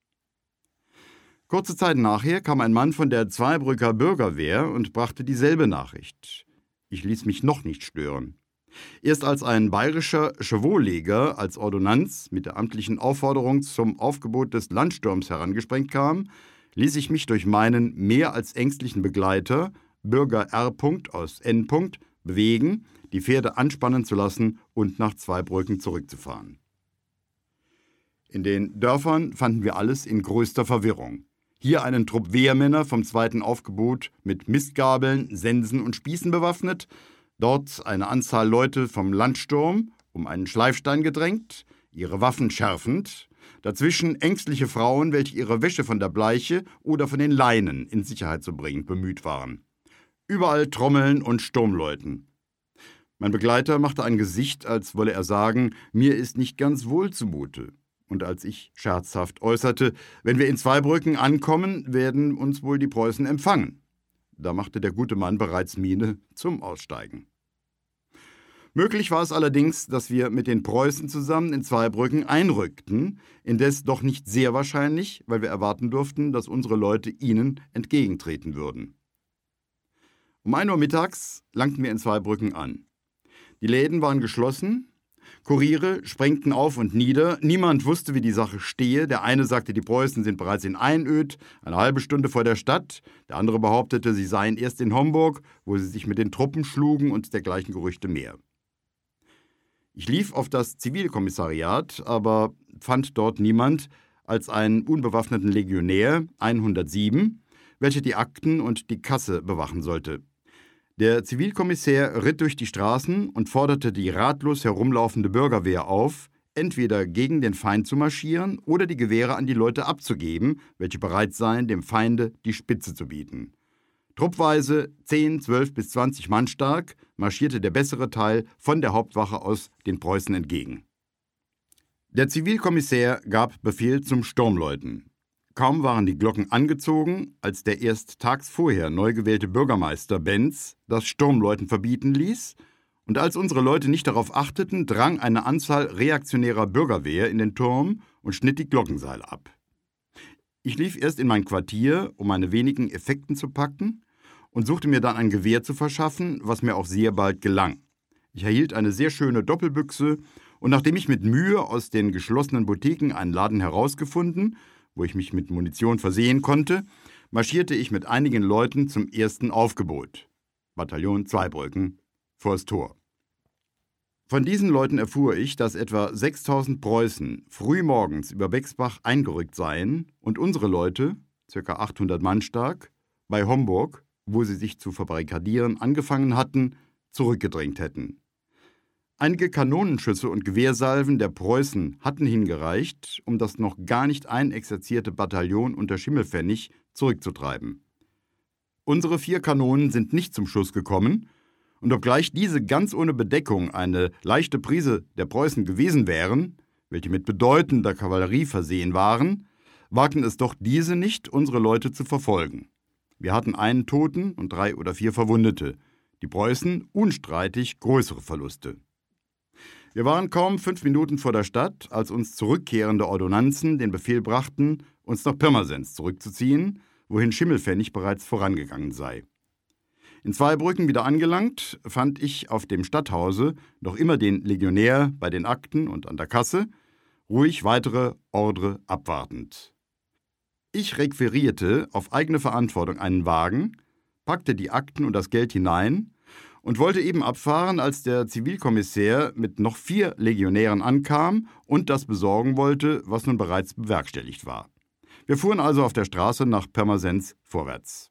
Kurze Zeit nachher kam ein Mann von der Zweibrücker Bürgerwehr und brachte dieselbe Nachricht. Ich ließ mich noch nicht stören. Erst als ein bayerischer Chevauleger als Ordonnanz mit der amtlichen Aufforderung zum Aufgebot des Landsturms herangesprengt kam, ließ ich mich durch meinen mehr als ängstlichen Begleiter, Bürger R. aus N. bewegen, die Pferde anspannen zu lassen und nach Zweibrücken zurückzufahren. In den Dörfern fanden wir alles in größter Verwirrung. Hier einen Trupp Wehrmänner vom 2. Aufgebot mit Mistgabeln, Sensen und Spießen bewaffnet, dort eine Anzahl Leute vom Landsturm um einen Schleifstein gedrängt, ihre Waffen schärfend, dazwischen ängstliche Frauen, welche ihre Wäsche von der Bleiche oder von den Leinen in Sicherheit zu bringen bemüht waren. Überall Trommeln und Sturmläuten. Mein Begleiter machte ein Gesicht, als wolle er sagen, mir ist nicht ganz wohl zumute. Und als ich scherzhaft äußerte, wenn wir in Zweibrücken ankommen, werden uns wohl die Preußen empfangen. Da machte der gute Mann bereits Miene zum Aussteigen. Möglich war es allerdings, dass wir mit den Preußen zusammen in Zweibrücken einrückten, indes doch nicht sehr wahrscheinlich, weil wir erwarten durften, dass unsere Leute ihnen entgegentreten würden. Um 1 Uhr mittags langten wir in Zweibrücken an. Die Läden waren geschlossen, Kuriere sprengten auf und nieder, niemand wusste, wie die Sache stehe. Der eine sagte, die Preußen sind bereits in Einöd, eine halbe Stunde vor der Stadt. Der andere behauptete, sie seien erst in Homburg, wo sie sich mit den Truppen schlugen und dergleichen Gerüchte mehr. Ich lief auf das Zivilkommissariat, aber fand dort niemand als einen unbewaffneten Legionär, 107, welcher die Akten und die Kasse bewachen sollte. Der Zivilkommissär ritt durch die Straßen und forderte die ratlos herumlaufende Bürgerwehr auf, entweder gegen den Feind zu marschieren oder die Gewehre an die Leute abzugeben, welche bereit seien, dem Feinde die Spitze zu bieten. Truppweise 10, 12 bis 20 Mann stark marschierte der bessere Teil von der Hauptwache aus den Preußen entgegen. Der Zivilkommissär gab Befehl zum Sturmläuten. Kaum waren die Glocken angezogen, als der erst tags vorher neu gewählte Bürgermeister Benz das Sturmläuten verbieten ließ, und als unsere Leute nicht darauf achteten, drang eine Anzahl reaktionärer Bürgerwehr in den Turm und schnitt die Glockenseile ab. Ich lief erst in mein Quartier, um meine wenigen Effekten zu packen, und suchte mir dann ein Gewehr zu verschaffen, was mir auch sehr bald gelang. Ich erhielt eine sehr schöne Doppelbüchse, und nachdem ich mit Mühe aus den geschlossenen Boutiquen einen Laden herausgefunden, wo ich mich mit Munition versehen konnte, marschierte ich mit einigen Leuten zum ersten Aufgebot, Bataillon Zweibrücken, vors Tor. Von diesen Leuten erfuhr ich, dass etwa 6.000 Preußen früh morgens über Bexbach eingerückt seien und unsere Leute, ca. 800 Mann stark, bei Homburg, wo sie sich zu verbarrikadieren angefangen hatten, zurückgedrängt hätten. Einige Kanonenschüsse und Gewehrsalven der Preußen hatten hingereicht, um das noch gar nicht einexerzierte Bataillon unter Schimmelpfennig zurückzutreiben. Unsere 4 Kanonen sind nicht zum Schuss gekommen, und obgleich diese ganz ohne Bedeckung eine leichte Prise der Preußen gewesen wären, welche mit bedeutender Kavallerie versehen waren, wagten es doch diese nicht, unsere Leute zu verfolgen. Wir hatten einen Toten und 3 oder 4 Verwundete, die Preußen unstreitig größere Verluste. Wir waren kaum 5 Minuten vor der Stadt, als uns zurückkehrende Ordonnanzen den Befehl brachten, uns nach Pirmasens zurückzuziehen, wohin Schimmelpfennig bereits vorangegangen sei. In Zweibrücken wieder angelangt, fand ich auf dem Stadthause noch immer den Legionär bei den Akten und an der Kasse, ruhig weitere Ordre abwartend. Ich requirierte auf eigene Verantwortung einen Wagen, packte die Akten und das Geld hinein und wollte eben abfahren, als der Zivilkommissär mit noch 4 Legionären ankam und das besorgen wollte, was nun bereits bewerkstelligt war. Wir fuhren also auf der Straße nach Pirmasens vorwärts.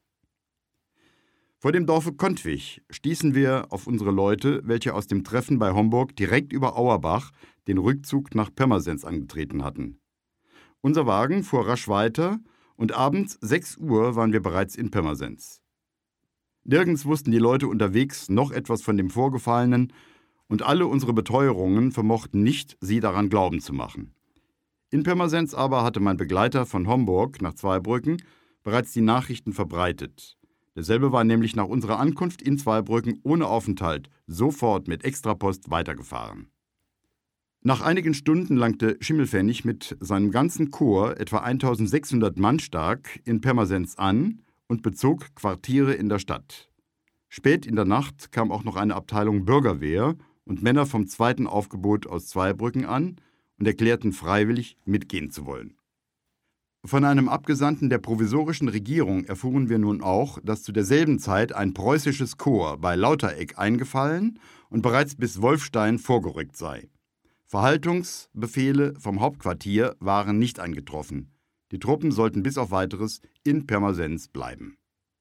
Vor dem Dorfe Kontwig stießen wir auf unsere Leute, welche aus dem Treffen bei Homburg direkt über Auerbach den Rückzug nach Pirmasens angetreten hatten. Unser Wagen fuhr rasch weiter und abends 6 Uhr waren wir bereits in Pirmasens. Nirgends wussten die Leute unterwegs noch etwas von dem Vorgefallenen und alle unsere Beteuerungen vermochten nicht, sie daran glauben zu machen. In Pirmasens aber hatte mein Begleiter von Homburg nach Zweibrücken bereits die Nachrichten verbreitet. Derselbe war nämlich nach unserer Ankunft in Zweibrücken ohne Aufenthalt sofort mit Extrapost weitergefahren. Nach einigen Stunden langte Schimmelpfennig mit seinem ganzen Korps, etwa 1600 Mann stark, in Pirmasens an und bezog Quartiere in der Stadt. Spät in der Nacht kam auch noch eine Abteilung Bürgerwehr und Männer vom 2. Aufgebot aus Zweibrücken an und erklärten freiwillig, mitgehen zu wollen. Von einem Abgesandten der provisorischen Regierung erfuhren wir nun auch, dass zu derselben Zeit ein preußisches Korps bei Lautereck eingefallen und bereits bis Wolfstein vorgerückt sei. Verhaltungsbefehle vom Hauptquartier waren nicht eingetroffen. Die Truppen sollten bis auf Weiteres in Pirmasens bleiben.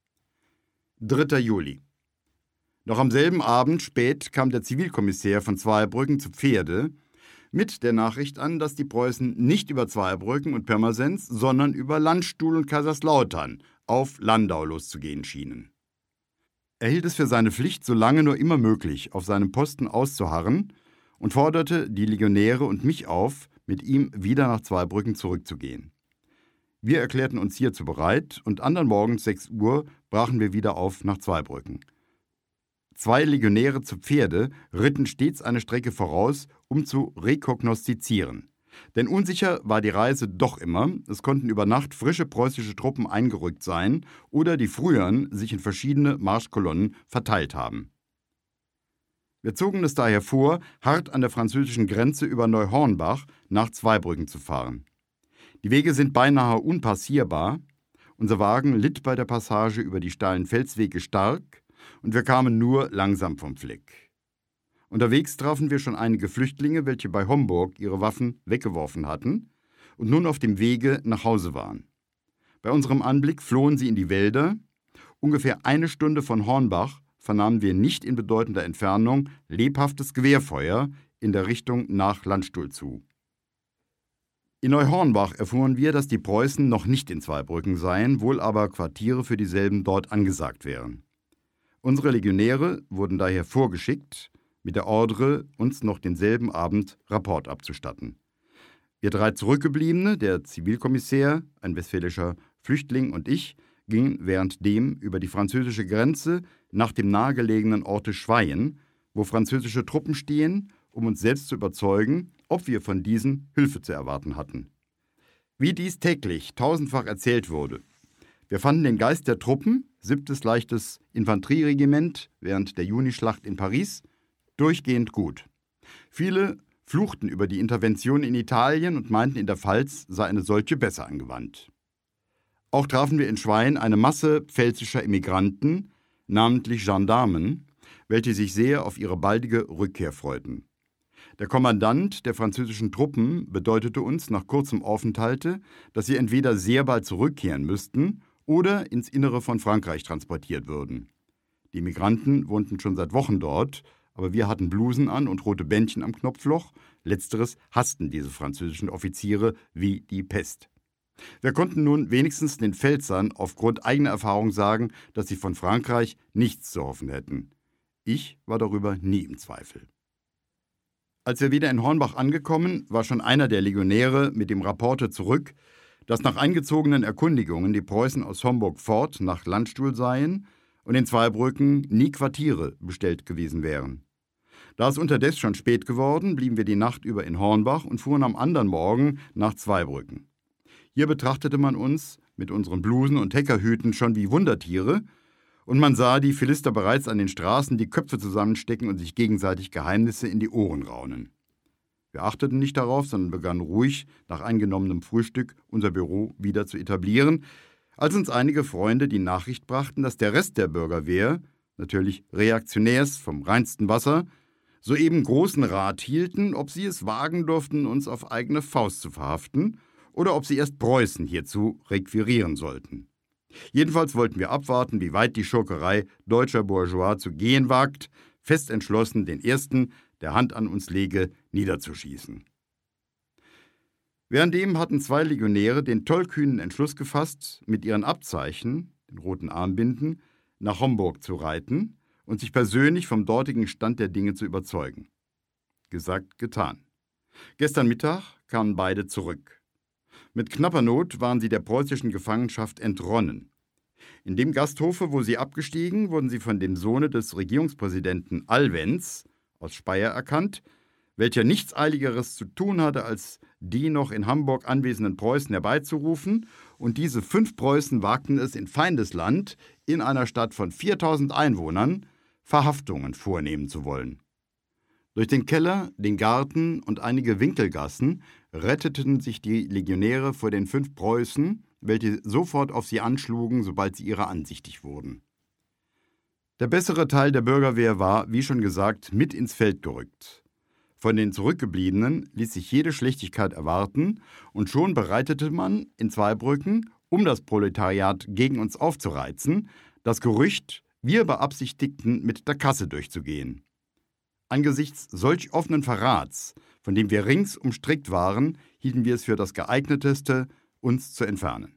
3. Juli. Noch am selben Abend spät kam der Zivilkommissär von Zweibrücken zu Pferde mit der Nachricht an, dass die Preußen nicht über Zweibrücken und Pirmasens, sondern über Landstuhl und Kaiserslautern auf Landau loszugehen schienen. Er hielt es für seine Pflicht, solange nur immer möglich auf seinem Posten auszuharren und forderte die Legionäre und mich auf, mit ihm wieder nach Zweibrücken zurückzugehen. Wir erklärten uns hierzu bereit und andern Morgens 6 Uhr brachen wir wieder auf nach Zweibrücken. 2 Legionäre zu Pferde ritten stets eine Strecke voraus, um zu rekognoszieren. Denn unsicher war die Reise doch immer, es konnten über Nacht frische preußische Truppen eingerückt sein oder die früheren sich in verschiedene Marschkolonnen verteilt haben. Wir zogen es daher vor, hart an der französischen Grenze über Neuhornbach nach Zweibrücken zu fahren. Die Wege sind beinahe unpassierbar, unser Wagen litt bei der Passage über die steilen Felswege stark, und wir kamen nur langsam vom Fleck. Unterwegs trafen wir schon einige Flüchtlinge, welche bei Homburg ihre Waffen weggeworfen hatten und nun auf dem Wege nach Hause waren. Bei unserem Anblick flohen sie in die Wälder. Ungefähr 1 Stunde von Hornbach vernahmen wir nicht in bedeutender Entfernung lebhaftes Gewehrfeuer in der Richtung nach Landstuhl zu. In Neuhornbach erfuhren wir, dass die Preußen noch nicht in Zweibrücken seien, wohl aber Quartiere für dieselben dort angesagt wären. Unsere Legionäre wurden daher vorgeschickt, mit der Ordre, uns noch denselben Abend Rapport abzustatten. Wir 3 Zurückgebliebene, der Zivilkommissär, ein westfälischer Flüchtling und ich, gingen währenddem über die französische Grenze nach dem nahegelegenen Orte Schweyen, wo französische Truppen stehen, um uns selbst zu überzeugen, ob wir von diesen Hilfe zu erwarten hatten. Wie dies täglich 1000-fach erzählt wurde. Wir fanden den Geist der Truppen, 7. leichtes Infanterieregiment während der Junischlacht in Paris, durchgehend gut. Viele fluchten über die Intervention in Italien und meinten, in der Pfalz sei eine solche besser angewandt. Auch trafen wir in Schwein eine Masse pfälzischer Immigranten, namentlich Gendarmen, welche sich sehr auf ihre baldige Rückkehr freuten. Der Kommandant der französischen Truppen bedeutete uns nach kurzem Aufenthalte, dass sie entweder sehr bald zurückkehren müssten oder ins Innere von Frankreich transportiert würden. Die Migranten wohnten schon seit Wochen dort, aber wir hatten Blusen an und rote Bändchen am Knopfloch. Letzteres hassten diese französischen Offiziere wie die Pest. Wir konnten nun wenigstens den Pfälzern aufgrund eigener Erfahrung sagen, dass sie von Frankreich nichts zu hoffen hätten. Ich war darüber nie im Zweifel. Als wir wieder in Hornbach angekommen, war schon einer der Legionäre mit dem Rapporte zurück, dass nach eingezogenen Erkundigungen die Preußen aus Homburg fort nach Landstuhl seien und in Zweibrücken nie Quartiere bestellt gewesen wären. Da es unterdessen schon spät geworden, blieben wir die Nacht über in Hornbach und fuhren am anderen Morgen nach Zweibrücken. Hier betrachtete man uns mit unseren Blusen und Heckerhüten schon wie Wundertiere, und man sah die Philister bereits an den Straßen die Köpfe zusammenstecken und sich gegenseitig Geheimnisse in die Ohren raunen. Wir achteten nicht darauf, sondern begannen ruhig, nach eingenommenem Frühstück, unser Büro wieder zu etablieren, als uns einige Freunde die Nachricht brachten, dass der Rest der Bürgerwehr, natürlich Reaktionärs vom reinsten Wasser, soeben großen Rat hielten, ob sie es wagen durften, uns auf eigene Faust zu verhaften oder ob sie erst Preußen hierzu requirieren sollten. Jedenfalls wollten wir abwarten, wie weit die Schurkerei deutscher Bourgeois zu gehen wagt, fest entschlossen, den ersten, der Hand an uns lege, niederzuschießen. Währenddem hatten 2 Legionäre den tollkühnen Entschluss gefasst, mit ihren Abzeichen, den roten Armbinden, nach Homburg zu reiten und sich persönlich vom dortigen Stand der Dinge zu überzeugen. Gesagt, getan. Gestern Mittag kamen beide zurück. Mit knapper Not waren sie der preußischen Gefangenschaft entronnen. In dem Gasthofe, wo sie abgestiegen, wurden sie von dem Sohne des Regierungspräsidenten Alvenz aus Speyer erkannt, welcher nichts Eiligeres zu tun hatte, als die noch in Hamburg anwesenden Preußen herbeizurufen, und diese 5 Preußen wagten es in Feindesland, in einer Stadt von 4000 Einwohnern, Verhaftungen vornehmen zu wollen. Durch den Keller, den Garten und einige Winkelgassen retteten sich die Legionäre vor den 5 Preußen, welche sofort auf sie anschlugen, sobald sie ihrer ansichtig wurden. Der bessere Teil der Bürgerwehr war, wie schon gesagt, mit ins Feld gerückt. Von den Zurückgebliebenen ließ sich jede Schlechtigkeit erwarten, und schon bereitete man in Zweibrücken, um das Proletariat gegen uns aufzureizen, das Gerücht, wir beabsichtigten, mit der Kasse durchzugehen. Angesichts solch offenen Verrats, von dem wir rings umstrickt waren, hielten wir es für das geeigneteste, uns zu entfernen.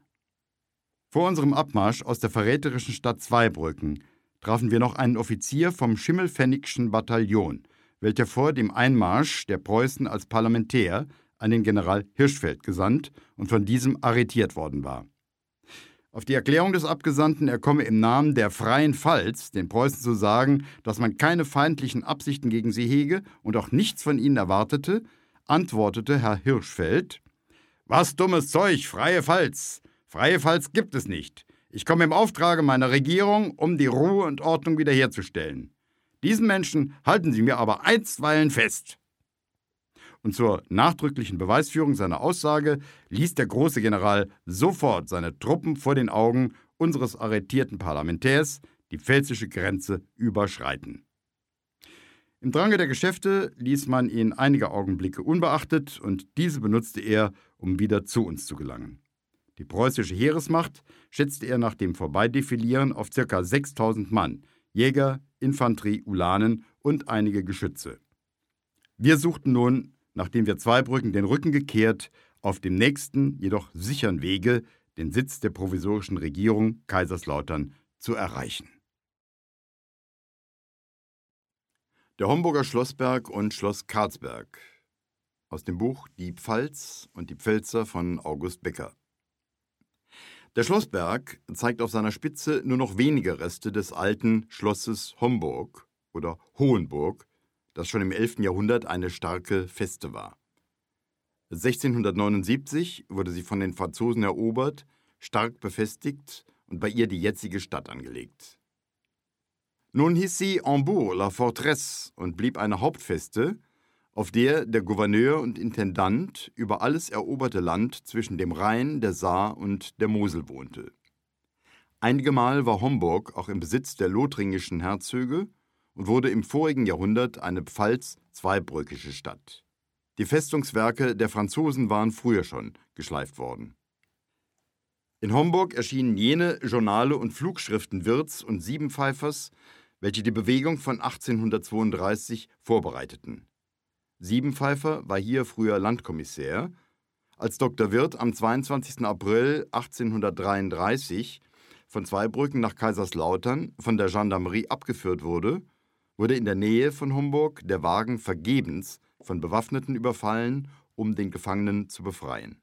Vor unserem Abmarsch aus der verräterischen Stadt Zweibrücken trafen wir noch einen Offizier vom Schimmelpfennigschen Bataillon, welcher vor dem Einmarsch der Preußen als Parlamentär an den General Hirschfeld gesandt und von diesem arretiert worden war. Auf die Erklärung des Abgesandten, er komme im Namen der freien Pfalz, den Preußen zu sagen, dass man keine feindlichen Absichten gegen sie hege und auch nichts von ihnen erwartete, antwortete Herr Hirschfeld: »Was dummes Zeug, freie Pfalz! Freie Pfalz gibt es nicht. Ich komme im Auftrage meiner Regierung, um die Ruhe und Ordnung wiederherzustellen. Diesen Menschen halten Sie mir aber einstweilen fest.« Und zur nachdrücklichen Beweisführung seiner Aussage ließ der große General sofort seine Truppen vor den Augen unseres arretierten Parlamentärs die pfälzische Grenze überschreiten. Im Drange der Geschäfte ließ man ihn einige Augenblicke unbeachtet, und diese benutzte er, um wieder zu uns zu gelangen. Die preußische Heeresmacht schätzte er nach dem Vorbeidefilieren auf ca. 6000 Mann, Jäger, Infanterie, Ulanen und einige Geschütze. Wir suchten nun, nachdem wir Zweibrücken den Rücken gekehrt, auf dem nächsten, jedoch sicheren Wege den Sitz der provisorischen Regierung Kaiserslautern zu erreichen. Der Homburger Schlossberg und Schloss Karlsberg. Aus dem Buch Die Pfalz und die Pfälzer von August Becker. Der Schlossberg zeigt auf seiner Spitze nur noch wenige Reste des alten Schlosses Homburg oder Hohenburg, das schon im 11. Jahrhundert eine starke Feste war. 1679 wurde sie von den Franzosen erobert, stark befestigt und bei ihr die jetzige Stadt angelegt. Nun hieß sie Hambourg la Forteresse und blieb eine Hauptfeste, auf der der Gouverneur und Intendant über alles eroberte Land zwischen dem Rhein, der Saar und der Mosel wohnte. Einige Mal war Homburg auch im Besitz der lothringischen Herzöge und wurde im vorigen Jahrhundert eine pfalz-zweibrückische Stadt. Die Festungswerke der Franzosen waren früher schon geschleift worden. In Homburg erschienen jene Journale und Flugschriften Wirths und Siebenpfeifers, welche die Bewegung von 1832 vorbereiteten. Siebenpfeifer war hier früher Landkommissär. Als Dr. Wirth am 22. April 1833 von Zweibrücken nach Kaiserslautern von der Gendarmerie abgeführt wurde, wurde in der Nähe von Homburg der Wagen vergebens von Bewaffneten überfallen, um den Gefangenen zu befreien.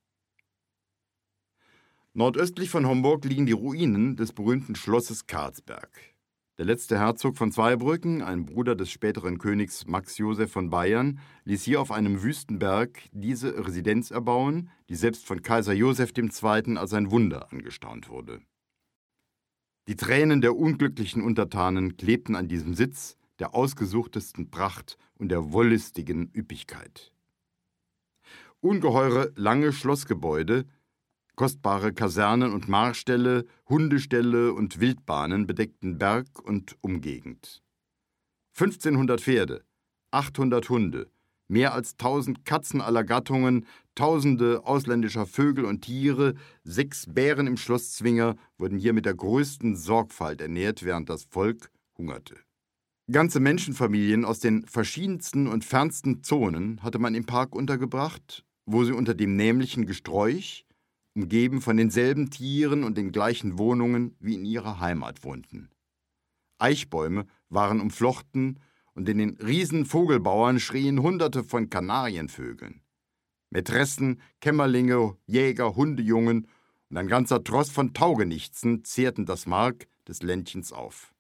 Nordöstlich von Homburg liegen die Ruinen des berühmten Schlosses Karlsberg. Der letzte Herzog von Zweibrücken, ein Bruder des späteren Königs Max Joseph von Bayern, ließ hier auf einem Wüstenberg diese Residenz erbauen, die selbst von Kaiser Joseph II. Als ein Wunder angestaunt wurde. Die Tränen der unglücklichen Untertanen klebten an diesem Sitz der ausgesuchtesten Pracht und der wollüstigen Üppigkeit. Ungeheure lange Schlossgebäude, kostbare Kasernen und Marställe, Hundeställe und Wildbahnen bedeckten Berg und Umgegend. 1500 Pferde, 800 Hunde, mehr als 1000 Katzen aller Gattungen, Tausende ausländischer Vögel und Tiere, 6 Bären im Schlosszwinger wurden hier mit der größten Sorgfalt ernährt, während das Volk hungerte. Ganze Menschenfamilien aus den verschiedensten und fernsten Zonen hatte man im Park untergebracht, wo sie unter dem nämlichen Gesträuch, umgeben von denselben Tieren und den gleichen Wohnungen wie in ihrer Heimat wohnten. Eichbäume waren umflochten und in den Riesenvogelbauern schrien Hunderte von Kanarienvögeln. Mätressen, Kämmerlinge, Jäger, Hundejungen und ein ganzer Tross von Taugenichtsen zehrten das Mark des Ländchens auf.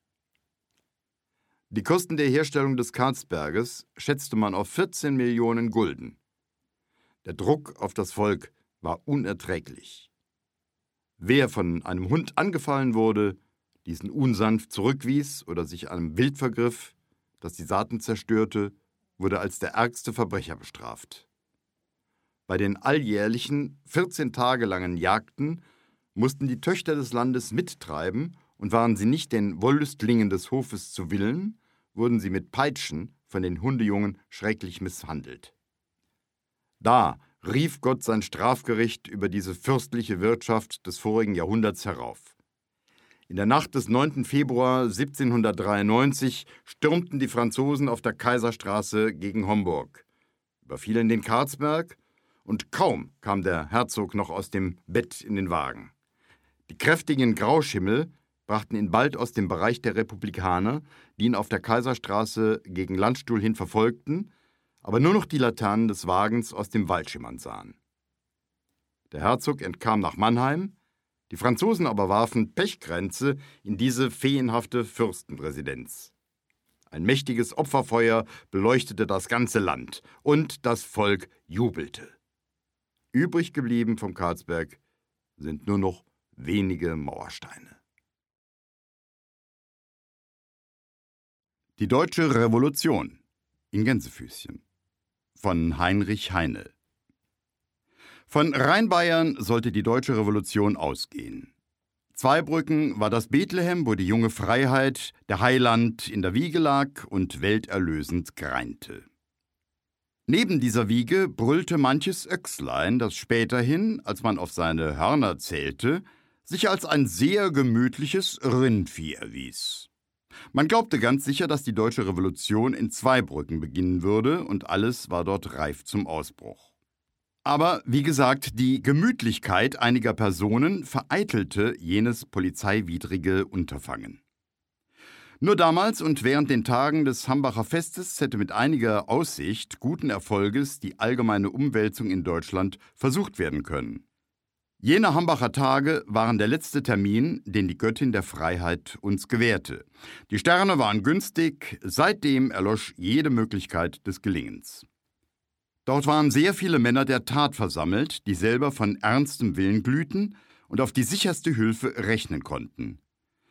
Die Kosten der Herstellung des Karlsberges schätzte man auf 14 Millionen Gulden. Der Druck auf das Volk war unerträglich. Wer von einem Hund angefallen wurde, diesen unsanft zurückwies oder sich einem Wild vergriff, das die Saaten zerstörte, wurde als der ärgste Verbrecher bestraft. Bei den alljährlichen 14 Tage langen Jagden mussten die Töchter des Landes mittreiben und waren sie nicht den Wollüstlingen des Hofes zu Willen, wurden sie mit Peitschen von den Hundejungen schrecklich misshandelt. Da rief Gott sein Strafgericht über diese fürstliche Wirtschaft des vorigen Jahrhunderts herauf. In der Nacht des 9. Februar 1793 stürmten die Franzosen auf der Kaiserstraße gegen Homburg, überfielen den Karlsberg und kaum kam der Herzog noch aus dem Bett in den Wagen. Die kräftigen Grauschimmel brachten ihn bald aus dem Bereich der Republikaner, die ihn auf der Kaiserstraße gegen Landstuhl hin verfolgten, aber nur noch die Laternen des Wagens aus dem Wald schimmern sahen. Der Herzog entkam nach Mannheim, die Franzosen aber warfen Pechkränze in diese feenhafte Fürstenresidenz. Ein mächtiges Opferfeuer beleuchtete das ganze Land und das Volk jubelte. Übrig geblieben vom Karlsberg sind nur noch wenige Mauersteine. Die Deutsche Revolution in Gänsefüßchen von Heinrich Heine. Von Rheinbayern sollte die Deutsche Revolution ausgehen. Zweibrücken war das Bethlehem, wo die junge Freiheit, der Heiland, in der Wiege lag und welterlösend greinte. Neben dieser Wiege brüllte manches Öchslein, das späterhin, als man auf seine Hörner zählte, sich als ein sehr gemütliches Rindvieh erwies. Man glaubte ganz sicher, dass die Deutsche Revolution in Zweibrücken beginnen würde, und alles war dort reif zum Ausbruch. Aber, wie gesagt, die Gemütlichkeit einiger Personen vereitelte jenes polizeiwidrige Unterfangen. Nur damals und während den Tagen des Hambacher Festes hätte mit einiger Aussicht guten Erfolges die allgemeine Umwälzung in Deutschland versucht werden können. Jene Hambacher Tage waren der letzte Termin, den die Göttin der Freiheit uns gewährte. Die Sterne waren günstig, seitdem erlosch jede Möglichkeit des Gelingens. Dort waren sehr viele Männer der Tat versammelt, die selber von ernstem Willen glühten und auf die sicherste Hilfe rechnen konnten.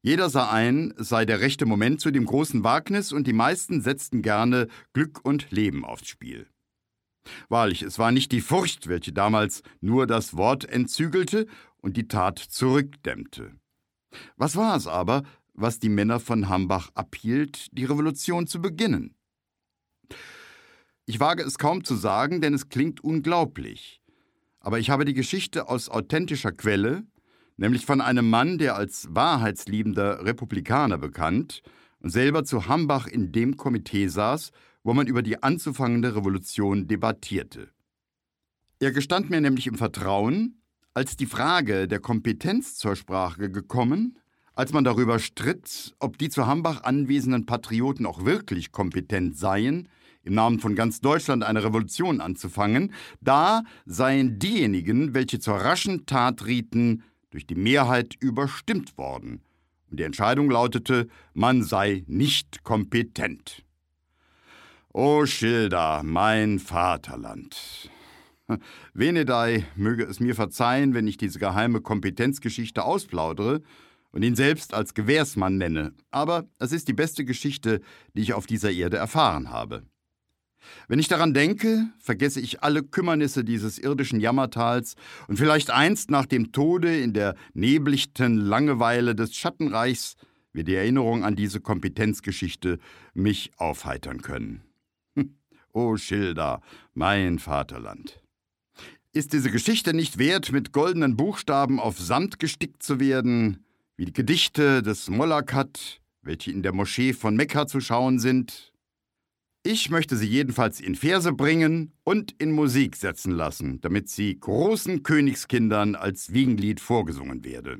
Jeder sah ein, es sei der rechte Moment zu dem großen Wagnis, und die meisten setzten gerne Glück und Leben aufs Spiel. Wahrlich, es war nicht die Furcht, welche damals nur das Wort entzügelte und die Tat zurückdämmte. Was war es aber, was die Männer von Hambach abhielt, die Revolution zu beginnen? Ich wage es kaum zu sagen, denn es klingt unglaublich. Aber ich habe die Geschichte aus authentischer Quelle, nämlich von einem Mann, der als wahrheitsliebender Republikaner bekannt und selber zu Hambach in dem Komitee saß, wo man über die anzufangende Revolution debattierte. Er gestand mir nämlich im Vertrauen, als die Frage der Kompetenz zur Sprache gekommen, als man darüber stritt, ob die zu Hambach anwesenden Patrioten auch wirklich kompetent seien, im Namen von ganz Deutschland eine Revolution anzufangen, da seien diejenigen, welche zur raschen Tat rieten, durch die Mehrheit überstimmt worden. Und die Entscheidung lautete, man sei nicht kompetent. O Schilda, mein Vaterland! Venedey möge es mir verzeihen, wenn ich diese geheime Kompetenzgeschichte ausplaudere und ihn selbst als Gewährsmann nenne, aber es ist die beste Geschichte, die ich auf dieser Erde erfahren habe. Wenn ich daran denke, vergesse ich alle Kümmernisse dieses irdischen Jammertals und vielleicht einst nach dem Tode in der neblichten Langeweile des Schattenreichs wird die Erinnerung an diese Kompetenzgeschichte mich aufheitern können. O Schilda, mein Vaterland! Ist diese Geschichte nicht wert, mit goldenen Buchstaben auf Samt gestickt zu werden, wie die Gedichte des Mollakat, welche in der Moschee von Mekka zu schauen sind? Ich möchte sie jedenfalls in Verse bringen und in Musik setzen lassen, damit sie großen Königskindern als Wiegenlied vorgesungen werde.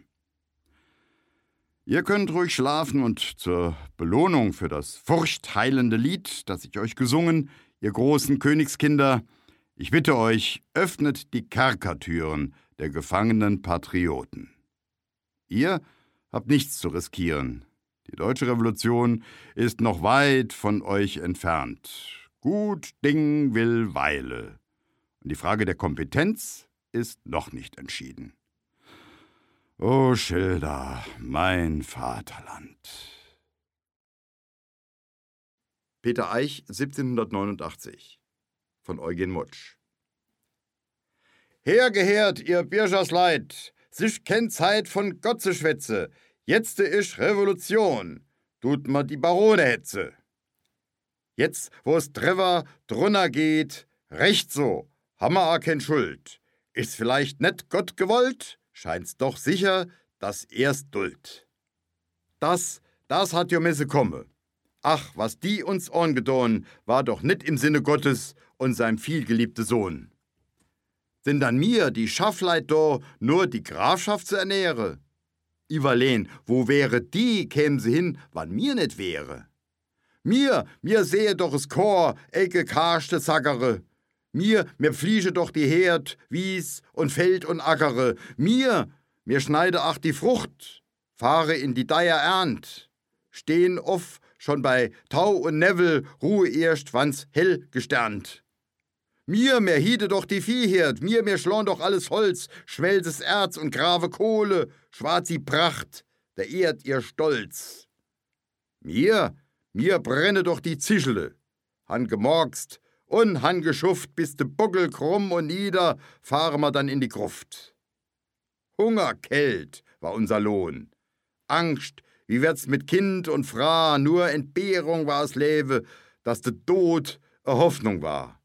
Ihr könnt ruhig schlafen und zur Belohnung für das furchtheilende Lied, das ich euch gesungen, ihr großen Königskinder, ich bitte euch, öffnet die Kerkertüren der gefangenen Patrioten. Ihr habt nichts zu riskieren. Die deutsche Revolution ist noch weit von euch entfernt. Gut Ding will Weile. Und die Frage der Kompetenz ist noch nicht entschieden. O Schilda, mein Vaterland! Peter Eich, 1789. Von Eugen Mutsch. Hergehört, ihr Bürgersleid, sich kenn Zeit von Gott zu schwätze. Jetzte isch Revolution, tut ma die Barone hetze. Jetzt, wo's drüber drunner geht, recht so, hammer a kein Schuld. Ist vielleicht net Gott gewollt, scheint's doch sicher, dass er's duld. Das hat jo misse komme. Ach, was die uns ongedohn, war doch nit im Sinne Gottes und seinem vielgeliebte Sohn. Sind dann mir, die Schaffleit do, nur die Grafschaft zu ernähre? Iwerleen, wo wäre die, kämen sie hin, wann mir net wäre? Mir sehe doch es Chor, ecke karschte Zackere. Mir pfliege doch die Herd, Wies und Feld und Ackere. Mir schneide ach die Frucht, fahre in die Deier Ernt. Stehen off, schon bei Tau und Nebel, ruhe erst, wann's hell gesternt. Mir hiede doch die Viehherd, mir schlorn doch alles Holz, schwelses Erz und grave Kohle, schwarzi Pracht, der ehrt ihr Stolz. Mir brenne doch die Zischele, han gemorkst und han geschufft, bis de Buckel krumm und nieder, fahren wir dann in die Gruft. Hunger, Kält war unser Lohn. Angst, wie wird's mit Kind und Fra, nur Entbehrung war's Lewe, dass de Tod a Hoffnung war.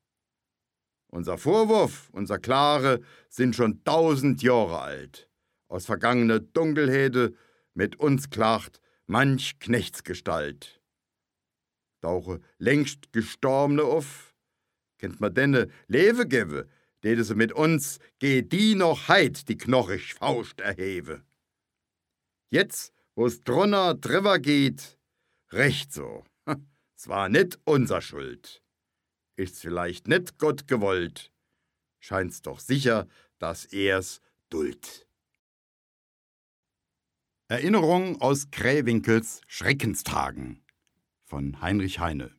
Unser Vorwurf, unser Klare, sind schon 1000 Jahre alt. Aus vergangene Dunkelhede mit uns klagt manch Knechtsgestalt. Tauche längst Gestorbene auf, kennt ma denne Lewe gewe, dede se mit uns, geh die noch heit die knochig Faust erhebe. Jetzt, wo's drüber geht, recht so, es war nit unser Schuld. Ist's vielleicht nicht Gott gewollt, scheint's doch sicher, dass er's duld. Erinnerung aus Krähwinkels Schreckenstagen von Heinrich Heine.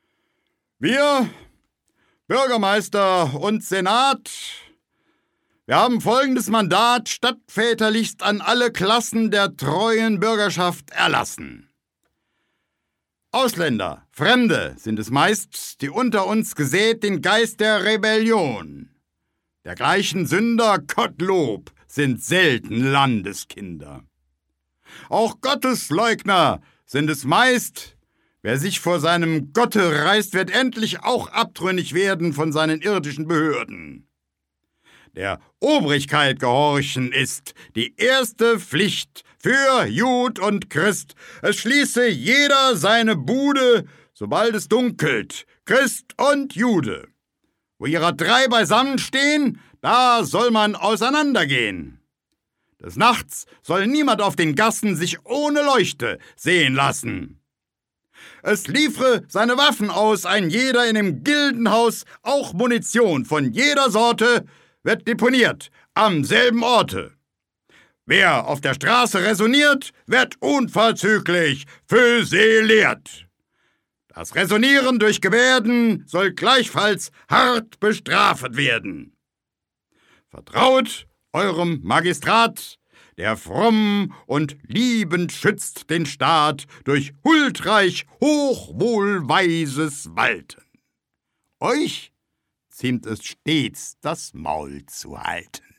Wir, Bürgermeister und Senat, Wir haben folgendes Mandat stadtväterlichst an alle Klassen der treuen Bürgerschaft erlassen. Ausländer, Fremde sind es meist, die unter uns gesät den Geist der Rebellion. Dergleichen Sünder, Gottlob, sind selten Landeskinder. Auch Gottesleugner sind es meist. Wer sich vor seinem Gotte reißt, wird endlich auch abtrünnig werden von seinen irdischen Behörden. Der Obrigkeit gehorchen ist die erste Pflicht für Jud und Christ. Es schließe jeder seine Bude, sobald es dunkelt, Christ und Jude. Wo ihrer drei beisammenstehen, da soll man auseinandergehen. Des Nachts soll niemand auf den Gassen sich ohne Leuchte sehen lassen. Es liefere seine Waffen aus, ein jeder in dem Gildenhaus, auch Munition von jeder Sorte, wird deponiert am selben Orte. Wer auf der Straße räsoniert, wird unverzüglich füsiliert. Das Räsonieren durch Gebärden soll gleichfalls hart bestraft werden. Vertraut eurem Magistrat, der fromm und liebend schützt den Staat durch huldreich hochwohlweises Walten. Euch ziemt es stets, das Maul zu halten.